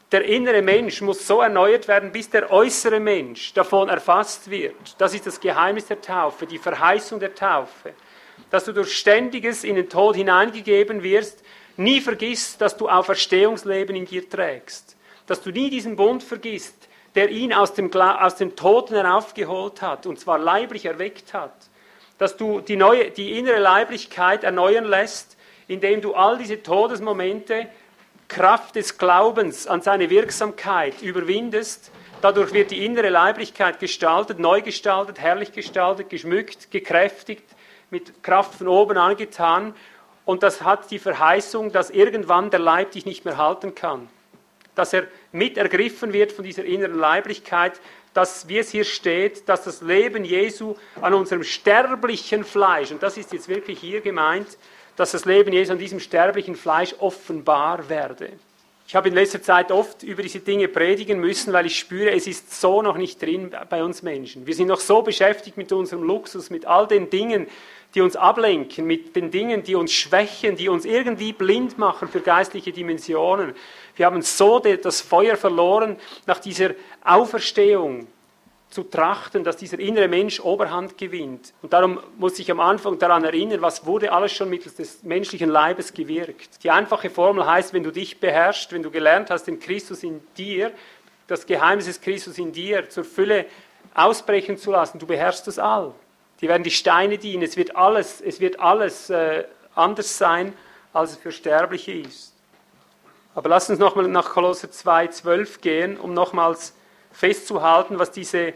A: Der innere Mensch muss so erneuert werden, bis der äußere Mensch davon erfasst wird. Das ist das Geheimnis der Taufe, die Verheißung der Taufe. Dass du durch ständiges in den Tod hineingegeben wirst, nie vergisst, dass du Auferstehungsleben in dir trägst. Dass du nie diesen Bund vergisst, der ihn aus dem Toten heraufgeholt hat, und zwar leiblich erweckt hat. Dass du die innere Leiblichkeit erneuern lässt, indem du all diese Todesmomente Kraft des Glaubens an seine Wirksamkeit überwindest. Dadurch wird die innere Leiblichkeit gestaltet, neu gestaltet, herrlich gestaltet, geschmückt, gekräftigt, mit Kraft von oben angetan. Und das hat die Verheißung, dass irgendwann der Leib dich nicht mehr halten kann. Dass er mit ergriffen wird von dieser inneren Leiblichkeit, dass, wie es hier steht, dass das Leben Jesu an unserem sterblichen Fleisch, und das ist jetzt wirklich hier gemeint, dass das Leben Jesu an diesem sterblichen Fleisch offenbar werde. Ich habe in letzter Zeit oft über diese Dinge predigen müssen, weil ich spüre, es ist so noch nicht drin bei uns Menschen. Wir sind noch so beschäftigt mit unserem Luxus, mit all den Dingen, die uns ablenken, mit den Dingen, die uns schwächen, die uns irgendwie blind machen für geistliche Dimensionen. Wir haben so das Feuer verloren, nach dieser Auferstehung zu trachten, dass dieser innere Mensch Oberhand gewinnt. Und darum muss ich am Anfang daran erinnern, was wurde alles schon mittels des menschlichen Leibes gewirkt. Die einfache Formel heißt, wenn du dich beherrschst, wenn du gelernt hast, den Christus in dir, das Geheimnis des Christus in dir zur Fülle ausbrechen zu lassen, du beherrschst das all. Die werden die Steine dienen, es wird alles anders sein, als es für Sterbliche ist. Aber lass uns nochmal nach Kolosser 2,12 gehen, um nochmals festzuhalten, was diese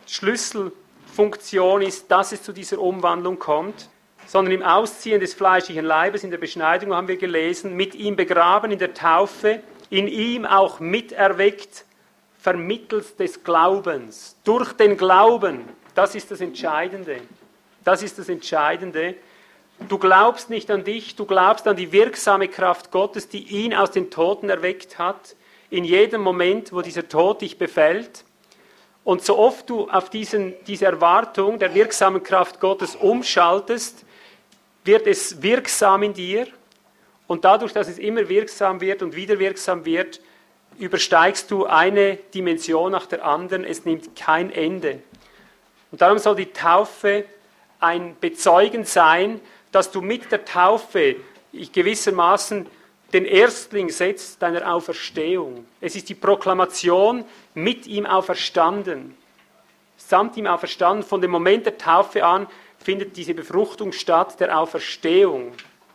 A: Schlüsselfunktion ist, dass es zu dieser Umwandlung kommt, sondern im Ausziehen des fleischlichen Leibes, in der Beschneidung haben wir gelesen, mit ihm begraben in der Taufe, in ihm auch miterweckt, vermittels des Glaubens, durch den Glauben, das ist das Entscheidende. Das ist das Entscheidende. Du glaubst nicht an dich, du glaubst an die wirksame Kraft Gottes, die ihn aus den Toten erweckt hat, in jedem Moment, wo dieser Tod dich befällt. Und so oft du auf diese Erwartung der wirksamen Kraft Gottes umschaltest, wird es wirksam in dir. Und dadurch, dass es immer wirksam wird und wieder wirksam wird, übersteigst du eine Dimension nach der anderen. Es nimmt kein Ende. Und darum soll die Taufe ein Bezeugen sein, dass du mit der Taufe gewissermaßen den Erstling setzt deiner Auferstehung. Es ist die Proklamation, mit ihm auferstanden. Samt ihm auferstanden. Von dem Moment der Taufe an findet diese Befruchtung statt, der Auferstehung.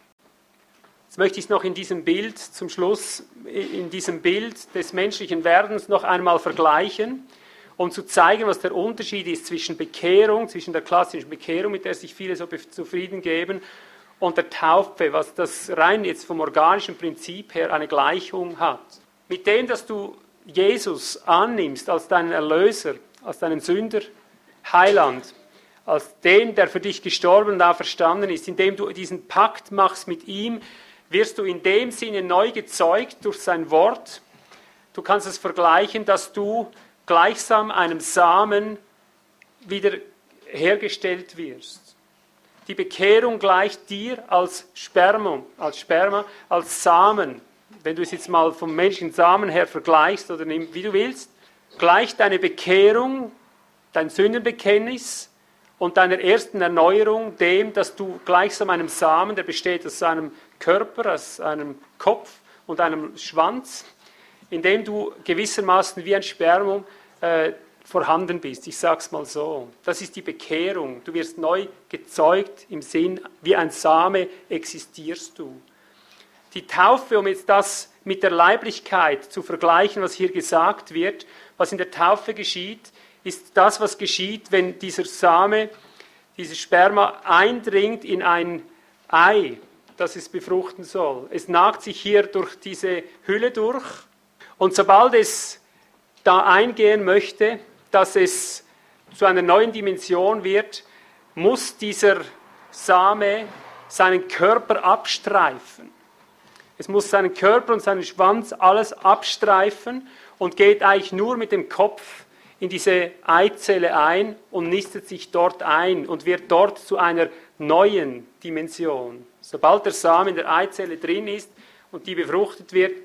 A: Jetzt möchte ich es noch in diesem Bild, zum Schluss, in diesem Bild des menschlichen Werdens noch einmal vergleichen, um zu zeigen, was der Unterschied ist zwischen Bekehrung, zwischen der klassischen Bekehrung, mit der sich viele so zufrieden geben, und der Taufe, was das rein jetzt vom organischen Prinzip her eine Gleichung hat. Mit dem, dass du Jesus annimmst als deinen Erlöser, als deinen Sünder, Heiland, als den, der für dich gestorben und auferstanden ist, indem du diesen Pakt machst mit ihm, wirst du in dem Sinne neu gezeugt durch sein Wort. Du kannst es vergleichen, dass du gleichsam einem Samen wieder hergestellt wirst. Die Bekehrung gleicht dir als Sperma, als Samen. Wenn du es jetzt mal vom menschlichen Samen her vergleichst oder wie du willst, gleicht deine Bekehrung, dein Sündenbekenntnis und deiner ersten Erneuerung dem, dass du gleichsam einem Samen, der besteht aus einem Körper, aus einem Kopf und einem Schwanz, indem du gewissermaßen wie ein Spermum vorhanden bist. Ich sage es mal so. Das ist die Bekehrung. Du wirst neu gezeugt im Sinn, wie ein Same existierst du. Die Taufe, um jetzt das mit der Leiblichkeit zu vergleichen, was hier gesagt wird, was in der Taufe geschieht, ist das, was geschieht, wenn dieser Same, dieses Sperma eindringt in ein Ei, das es befruchten soll. Es nagt sich hier durch diese Hülle durch und sobald es da eingehen möchte, dass es zu einer neuen Dimension wird, muss dieser Same seinen Körper abstreifen. Es muss seinen Körper und seinen Schwanz alles abstreifen und geht eigentlich nur mit dem Kopf in diese Eizelle ein und nistet sich dort ein und wird dort zu einer neuen Dimension. Sobald der Same in der Eizelle drin ist und die befruchtet wird, dann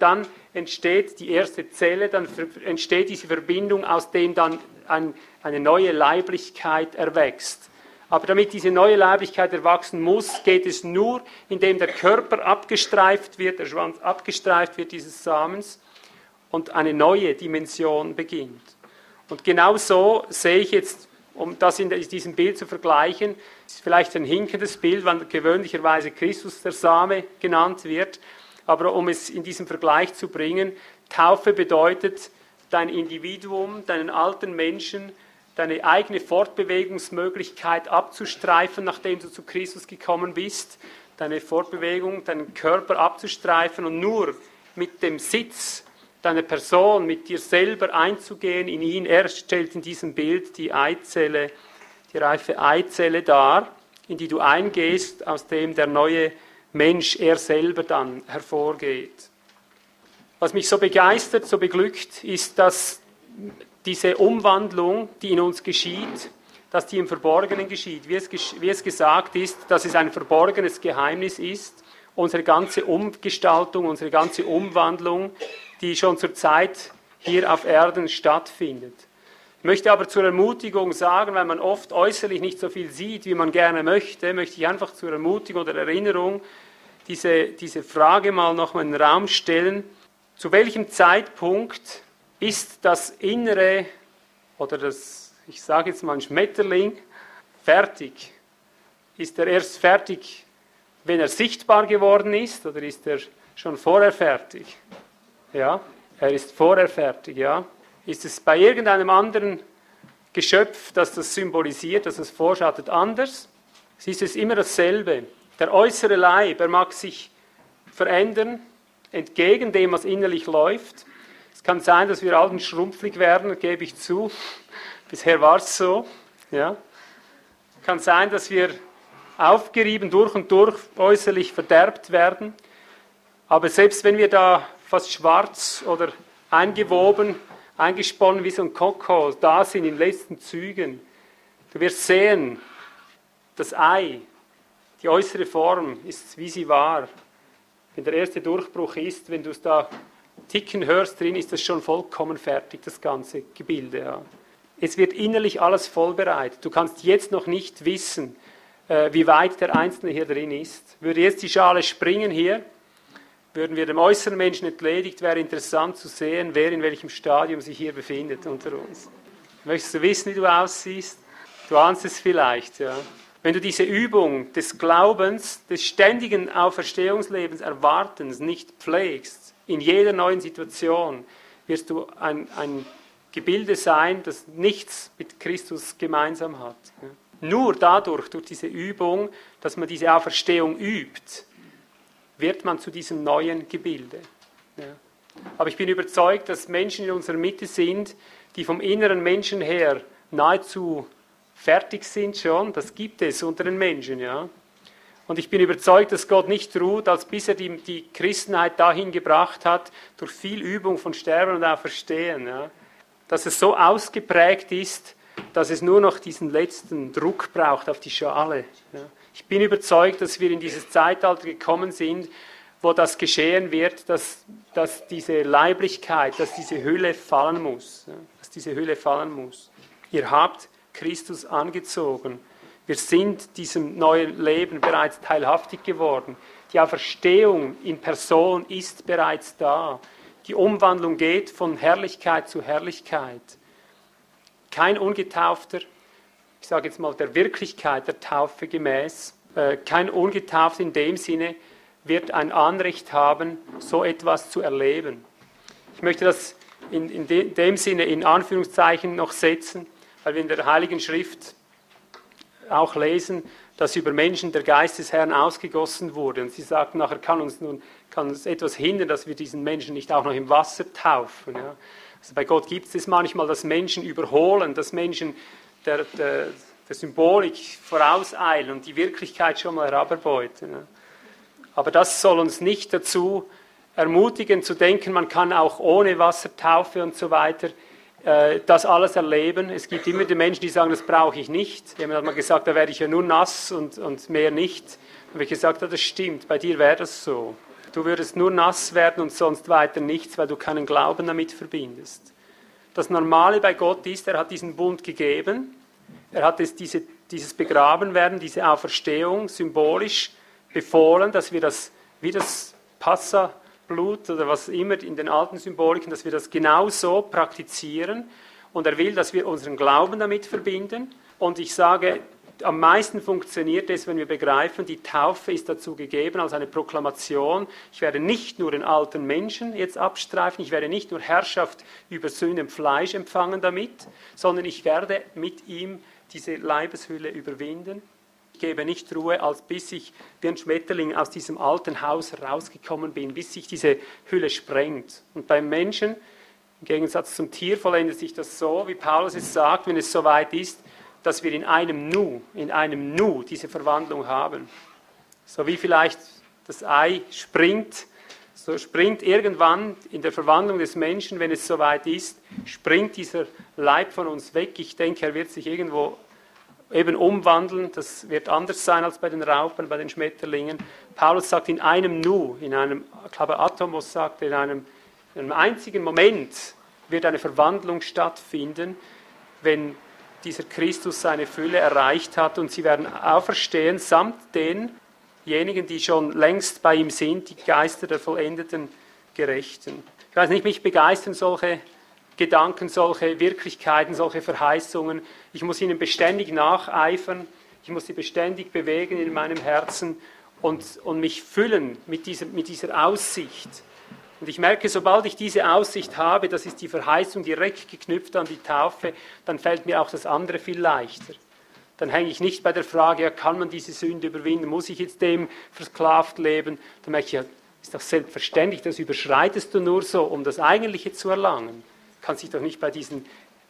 A: entsteht die erste Zelle, dann entsteht diese Verbindung, aus dem dann eine neue Leiblichkeit erwächst. Aber damit diese neue Leiblichkeit erwachsen muss, geht es nur, indem der Körper abgestreift wird, der Schwanz abgestreift wird dieses Samens und eine neue Dimension beginnt. Und genau so sehe ich jetzt, um das in diesem Bild zu vergleichen, ist vielleicht ein hinkendes Bild, weil gewöhnlicherweise Christus der Same genannt wird, aber um es in diesem Vergleich zu bringen, Taufe bedeutet, dein Individuum, deinen alten Menschen, deine eigene Fortbewegungsmöglichkeit abzustreifen, nachdem du zu Christus gekommen bist, deine Fortbewegung, deinen Körper abzustreifen und nur mit dem Sitz deiner Person, mit dir selber einzugehen in ihn. Er stellt in diesem Bild die Eizelle, die reife Eizelle dar, in die du eingehst, aus dem der neue Mensch, er selber dann hervorgeht. Was mich so begeistert, so beglückt, ist, dass diese Umwandlung, die in uns geschieht, dass die im Verborgenen geschieht. Wie es gesagt ist, dass es ein verborgenes Geheimnis ist, unsere ganze Umgestaltung, unsere ganze Umwandlung, die schon zur Zeit hier auf Erden stattfindet. Ich möchte aber zur Ermutigung sagen, weil man oft äußerlich nicht so viel sieht, wie man gerne möchte, möchte ich einfach zur Ermutigung oder Erinnerung diese Frage mal noch in den Raum stellen. Zu welchem Zeitpunkt ist das Innere oder das, ich sage jetzt mal ein Schmetterling, fertig? Ist er erst fertig, wenn er sichtbar geworden ist, oder ist er schon vorher fertig? Ja, er ist vorher fertig, ja. Ist es bei irgendeinem anderen Geschöpf, das das symbolisiert, das es vorschattet, anders? Es ist immer dasselbe. Der äußere Leib, er mag sich verändern, entgegen dem, was innerlich läuft. Es kann sein, dass wir alt und schrumpflig werden, gebe ich zu. Bisher war es so. Ja. Es kann sein, dass wir aufgerieben, durch und durch äußerlich verderbt werden. Aber selbst wenn wir da fast schwarz oder eingewoben, eingesponnen wie so ein Koko, da sind in letzten Zügen, du wirst sehen, das Ei, die äußere Form ist, wie sie war. Wenn der erste Durchbruch ist, wenn du es da ticken hörst drin, ist das schon vollkommen fertig, das ganze Gebilde. Ja. Es wird innerlich alles vollbereitet. Du kannst jetzt noch nicht wissen, wie weit der Einzelne hier drin ist. Würde jetzt die Schale springen hier, würden wir dem äußeren Menschen entledigt, wäre interessant zu sehen, wer in welchem Stadium sich hier befindet unter uns. Möchtest du wissen, wie du aussiehst? Du ahnst es vielleicht, ja. Wenn du diese Übung des Glaubens, des ständigen Auferstehungslebens, Erwartens nicht pflegst, in jeder neuen Situation, wirst du ein Gebilde sein, das nichts mit Christus gemeinsam hat. Ja. Nur dadurch, durch diese Übung, dass man diese Auferstehung übt, wird man zu diesem neuen Gebilde. Ja. Aber ich bin überzeugt, dass Menschen in unserer Mitte sind, die vom inneren Menschen her nahezu fertig sind schon. Das gibt es unter den Menschen. Ja. Und ich bin überzeugt, dass Gott nicht ruht, als bis er die Christenheit dahin gebracht hat, durch viel Übung von Sterben und Auferstehen. Ja. Dass es so ausgeprägt ist, dass es nur noch diesen letzten Druck braucht auf die Schale. Ja. Ich bin überzeugt, dass wir in dieses Zeitalter gekommen sind, wo das geschehen wird, dass diese Leiblichkeit, dass diese Hülle fallen muss. Ja, dass diese Hülle fallen muss. Ihr habt Christus angezogen. Wir sind diesem neuen Leben bereits teilhaftig geworden. Die Auferstehung in Person ist bereits da. Die Umwandlung geht von Herrlichkeit zu Herrlichkeit. Kein Ungetaufter, ich sage jetzt mal der Wirklichkeit der Taufe gemäß, kein Ungetaufter in dem Sinne wird ein Anrecht haben, so etwas zu erleben. Ich möchte das in dem Sinne in Anführungszeichen noch setzen, weil wir in der Heiligen Schrift auch lesen, dass über Menschen der Geist des Herrn ausgegossen wurde. Und sie sagt, nachher kann uns etwas hindern, dass wir diesen Menschen nicht auch noch im Wasser taufen. Ja. Also bei Gott gibt es manchmal, dass Menschen überholen, dass Menschen der Symbolik vorauseilen und die Wirklichkeit schon mal herabbeuten. Ja. Aber das soll uns nicht dazu ermutigen, zu denken, man kann auch ohne Wassertaufe und so weiter das alles erleben. Es gibt immer die Menschen, die sagen, das brauche ich nicht. Jemand hat mal gesagt, da werde ich ja nur nass und mehr nicht. Da habe ich gesagt, ja, das stimmt, bei dir wäre das so. Du würdest nur nass werden und sonst weiter nichts, weil du keinen Glauben damit verbindest. Das Normale bei Gott ist, er hat diesen Bund gegeben, er hat dieses Begrabenwerden, diese Auferstehung symbolisch befohlen, dass wir das, wie das Passablut oder was immer in den alten Symboliken, dass wir das genau so praktizieren. Und er will, dass wir unseren Glauben damit verbinden. Und ich sage, am meisten funktioniert es, wenn wir begreifen, die Taufe ist dazu gegeben als eine Proklamation. Ich werde nicht nur den alten Menschen jetzt abstreifen, ich werde nicht nur Herrschaft über Sünde und Fleisch empfangen damit, sondern ich werde mit ihm diese Leibeshülle überwinden. Ich gebe nicht Ruhe, als bis ich wie ein Schmetterling aus diesem alten Haus herausgekommen bin, bis sich diese Hülle sprengt. Und beim Menschen, im Gegensatz zum Tier, vollendet sich das so, wie Paulus es sagt, wenn es soweit ist, dass wir in einem Nu diese Verwandlung haben. So wie vielleicht das Ei springt, so springt irgendwann in der Verwandlung des Menschen, wenn es soweit ist, springt dieser Leib von uns weg. Ich denke, er wird sich irgendwo eben umwandeln. Das wird anders sein als bei den Raupen, bei den Schmetterlingen. Paulus sagt in einem Nu, ich glaube Atomos sagt, in einem einzigen Moment wird eine Verwandlung stattfinden, wenn dieser Christus seine Fülle erreicht hat und sie werden auferstehen samt denjenigen, die schon längst bei ihm sind, die Geister der vollendeten Gerechten. Ich weiß nicht, mich begeistern solche Gedanken, solche Wirklichkeiten, solche Verheißungen. Ich muss ihnen beständig nacheifern, ich muss sie beständig bewegen in meinem Herzen und mich füllen mit dieser Aussicht. Und ich merke, sobald ich diese Aussicht habe, das ist die Verheißung direkt geknüpft an die Taufe, dann fällt mir auch das andere viel leichter. Dann hänge ich nicht bei der Frage, ja, kann man diese Sünde überwinden, muss ich jetzt dem versklavt leben? Dann merke ich, ja, ist doch selbstverständlich, das überschreitest du nur so, um das Eigentliche zu erlangen. Du kannst dich doch nicht bei diesem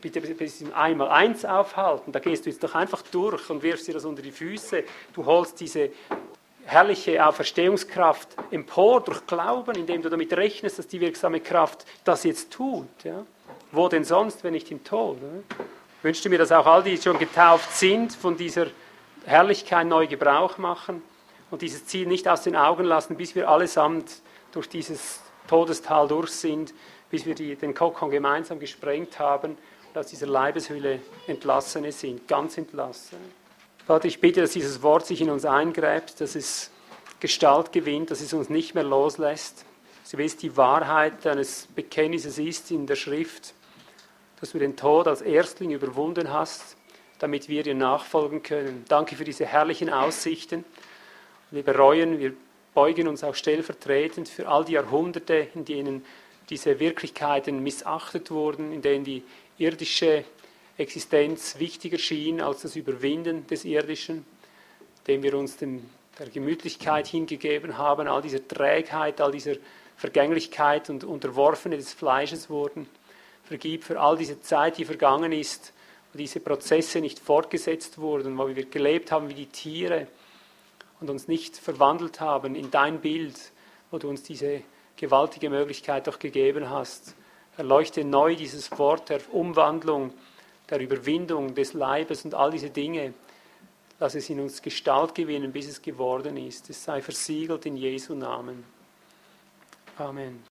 A: Einmaleins aufhalten, da gehst du jetzt doch einfach durch und wirfst dir das unter die Füße. Du holst diese herrliche Auferstehungskraft empor durch Glauben, indem du damit rechnest, dass die wirksame Kraft das jetzt tut. Ja? Wo denn sonst, wenn nicht im Tod? Ne? Ich wünschte mir, dass auch all die, die schon getauft sind, von dieser Herrlichkeit neu Gebrauch machen und dieses Ziel nicht aus den Augen lassen, bis wir allesamt durch dieses Todestal durch sind, bis wir den Kokon gemeinsam gesprengt haben und aus dieser Leibeshülle Entlassene sind, ganz Entlassene. Vater, ich bitte, dass dieses Wort sich in uns eingräbt, dass es Gestalt gewinnt, dass es uns nicht mehr loslässt. Dass du weißt, die Wahrheit deines Bekenntnisses ist in der Schrift, dass du den Tod als Erstling überwunden hast, damit wir dir nachfolgen können. Danke für diese herrlichen Aussichten. Wir bereuen, wir beugen uns auch stellvertretend für all die Jahrhunderte, in denen diese Wirklichkeiten missachtet wurden, in denen die irdische Existenz wichtiger schien als das Überwinden des Irdischen, dem wir uns der Gemütlichkeit hingegeben haben, all dieser Trägheit, all dieser Vergänglichkeit und Unterworfene des Fleisches wurden. Vergib für all diese Zeit, die vergangen ist, wo diese Prozesse nicht fortgesetzt wurden, wo wir gelebt haben wie die Tiere und uns nicht verwandelt haben in dein Bild, wo du uns diese gewaltige Möglichkeit doch gegeben hast. Erleuchte neu dieses Wort der Umwandlung, der Überwindung des Leibes und all diese Dinge. Lass es in uns Gestalt gewinnen, bis es geworden ist. Es sei versiegelt in Jesu Namen. Amen.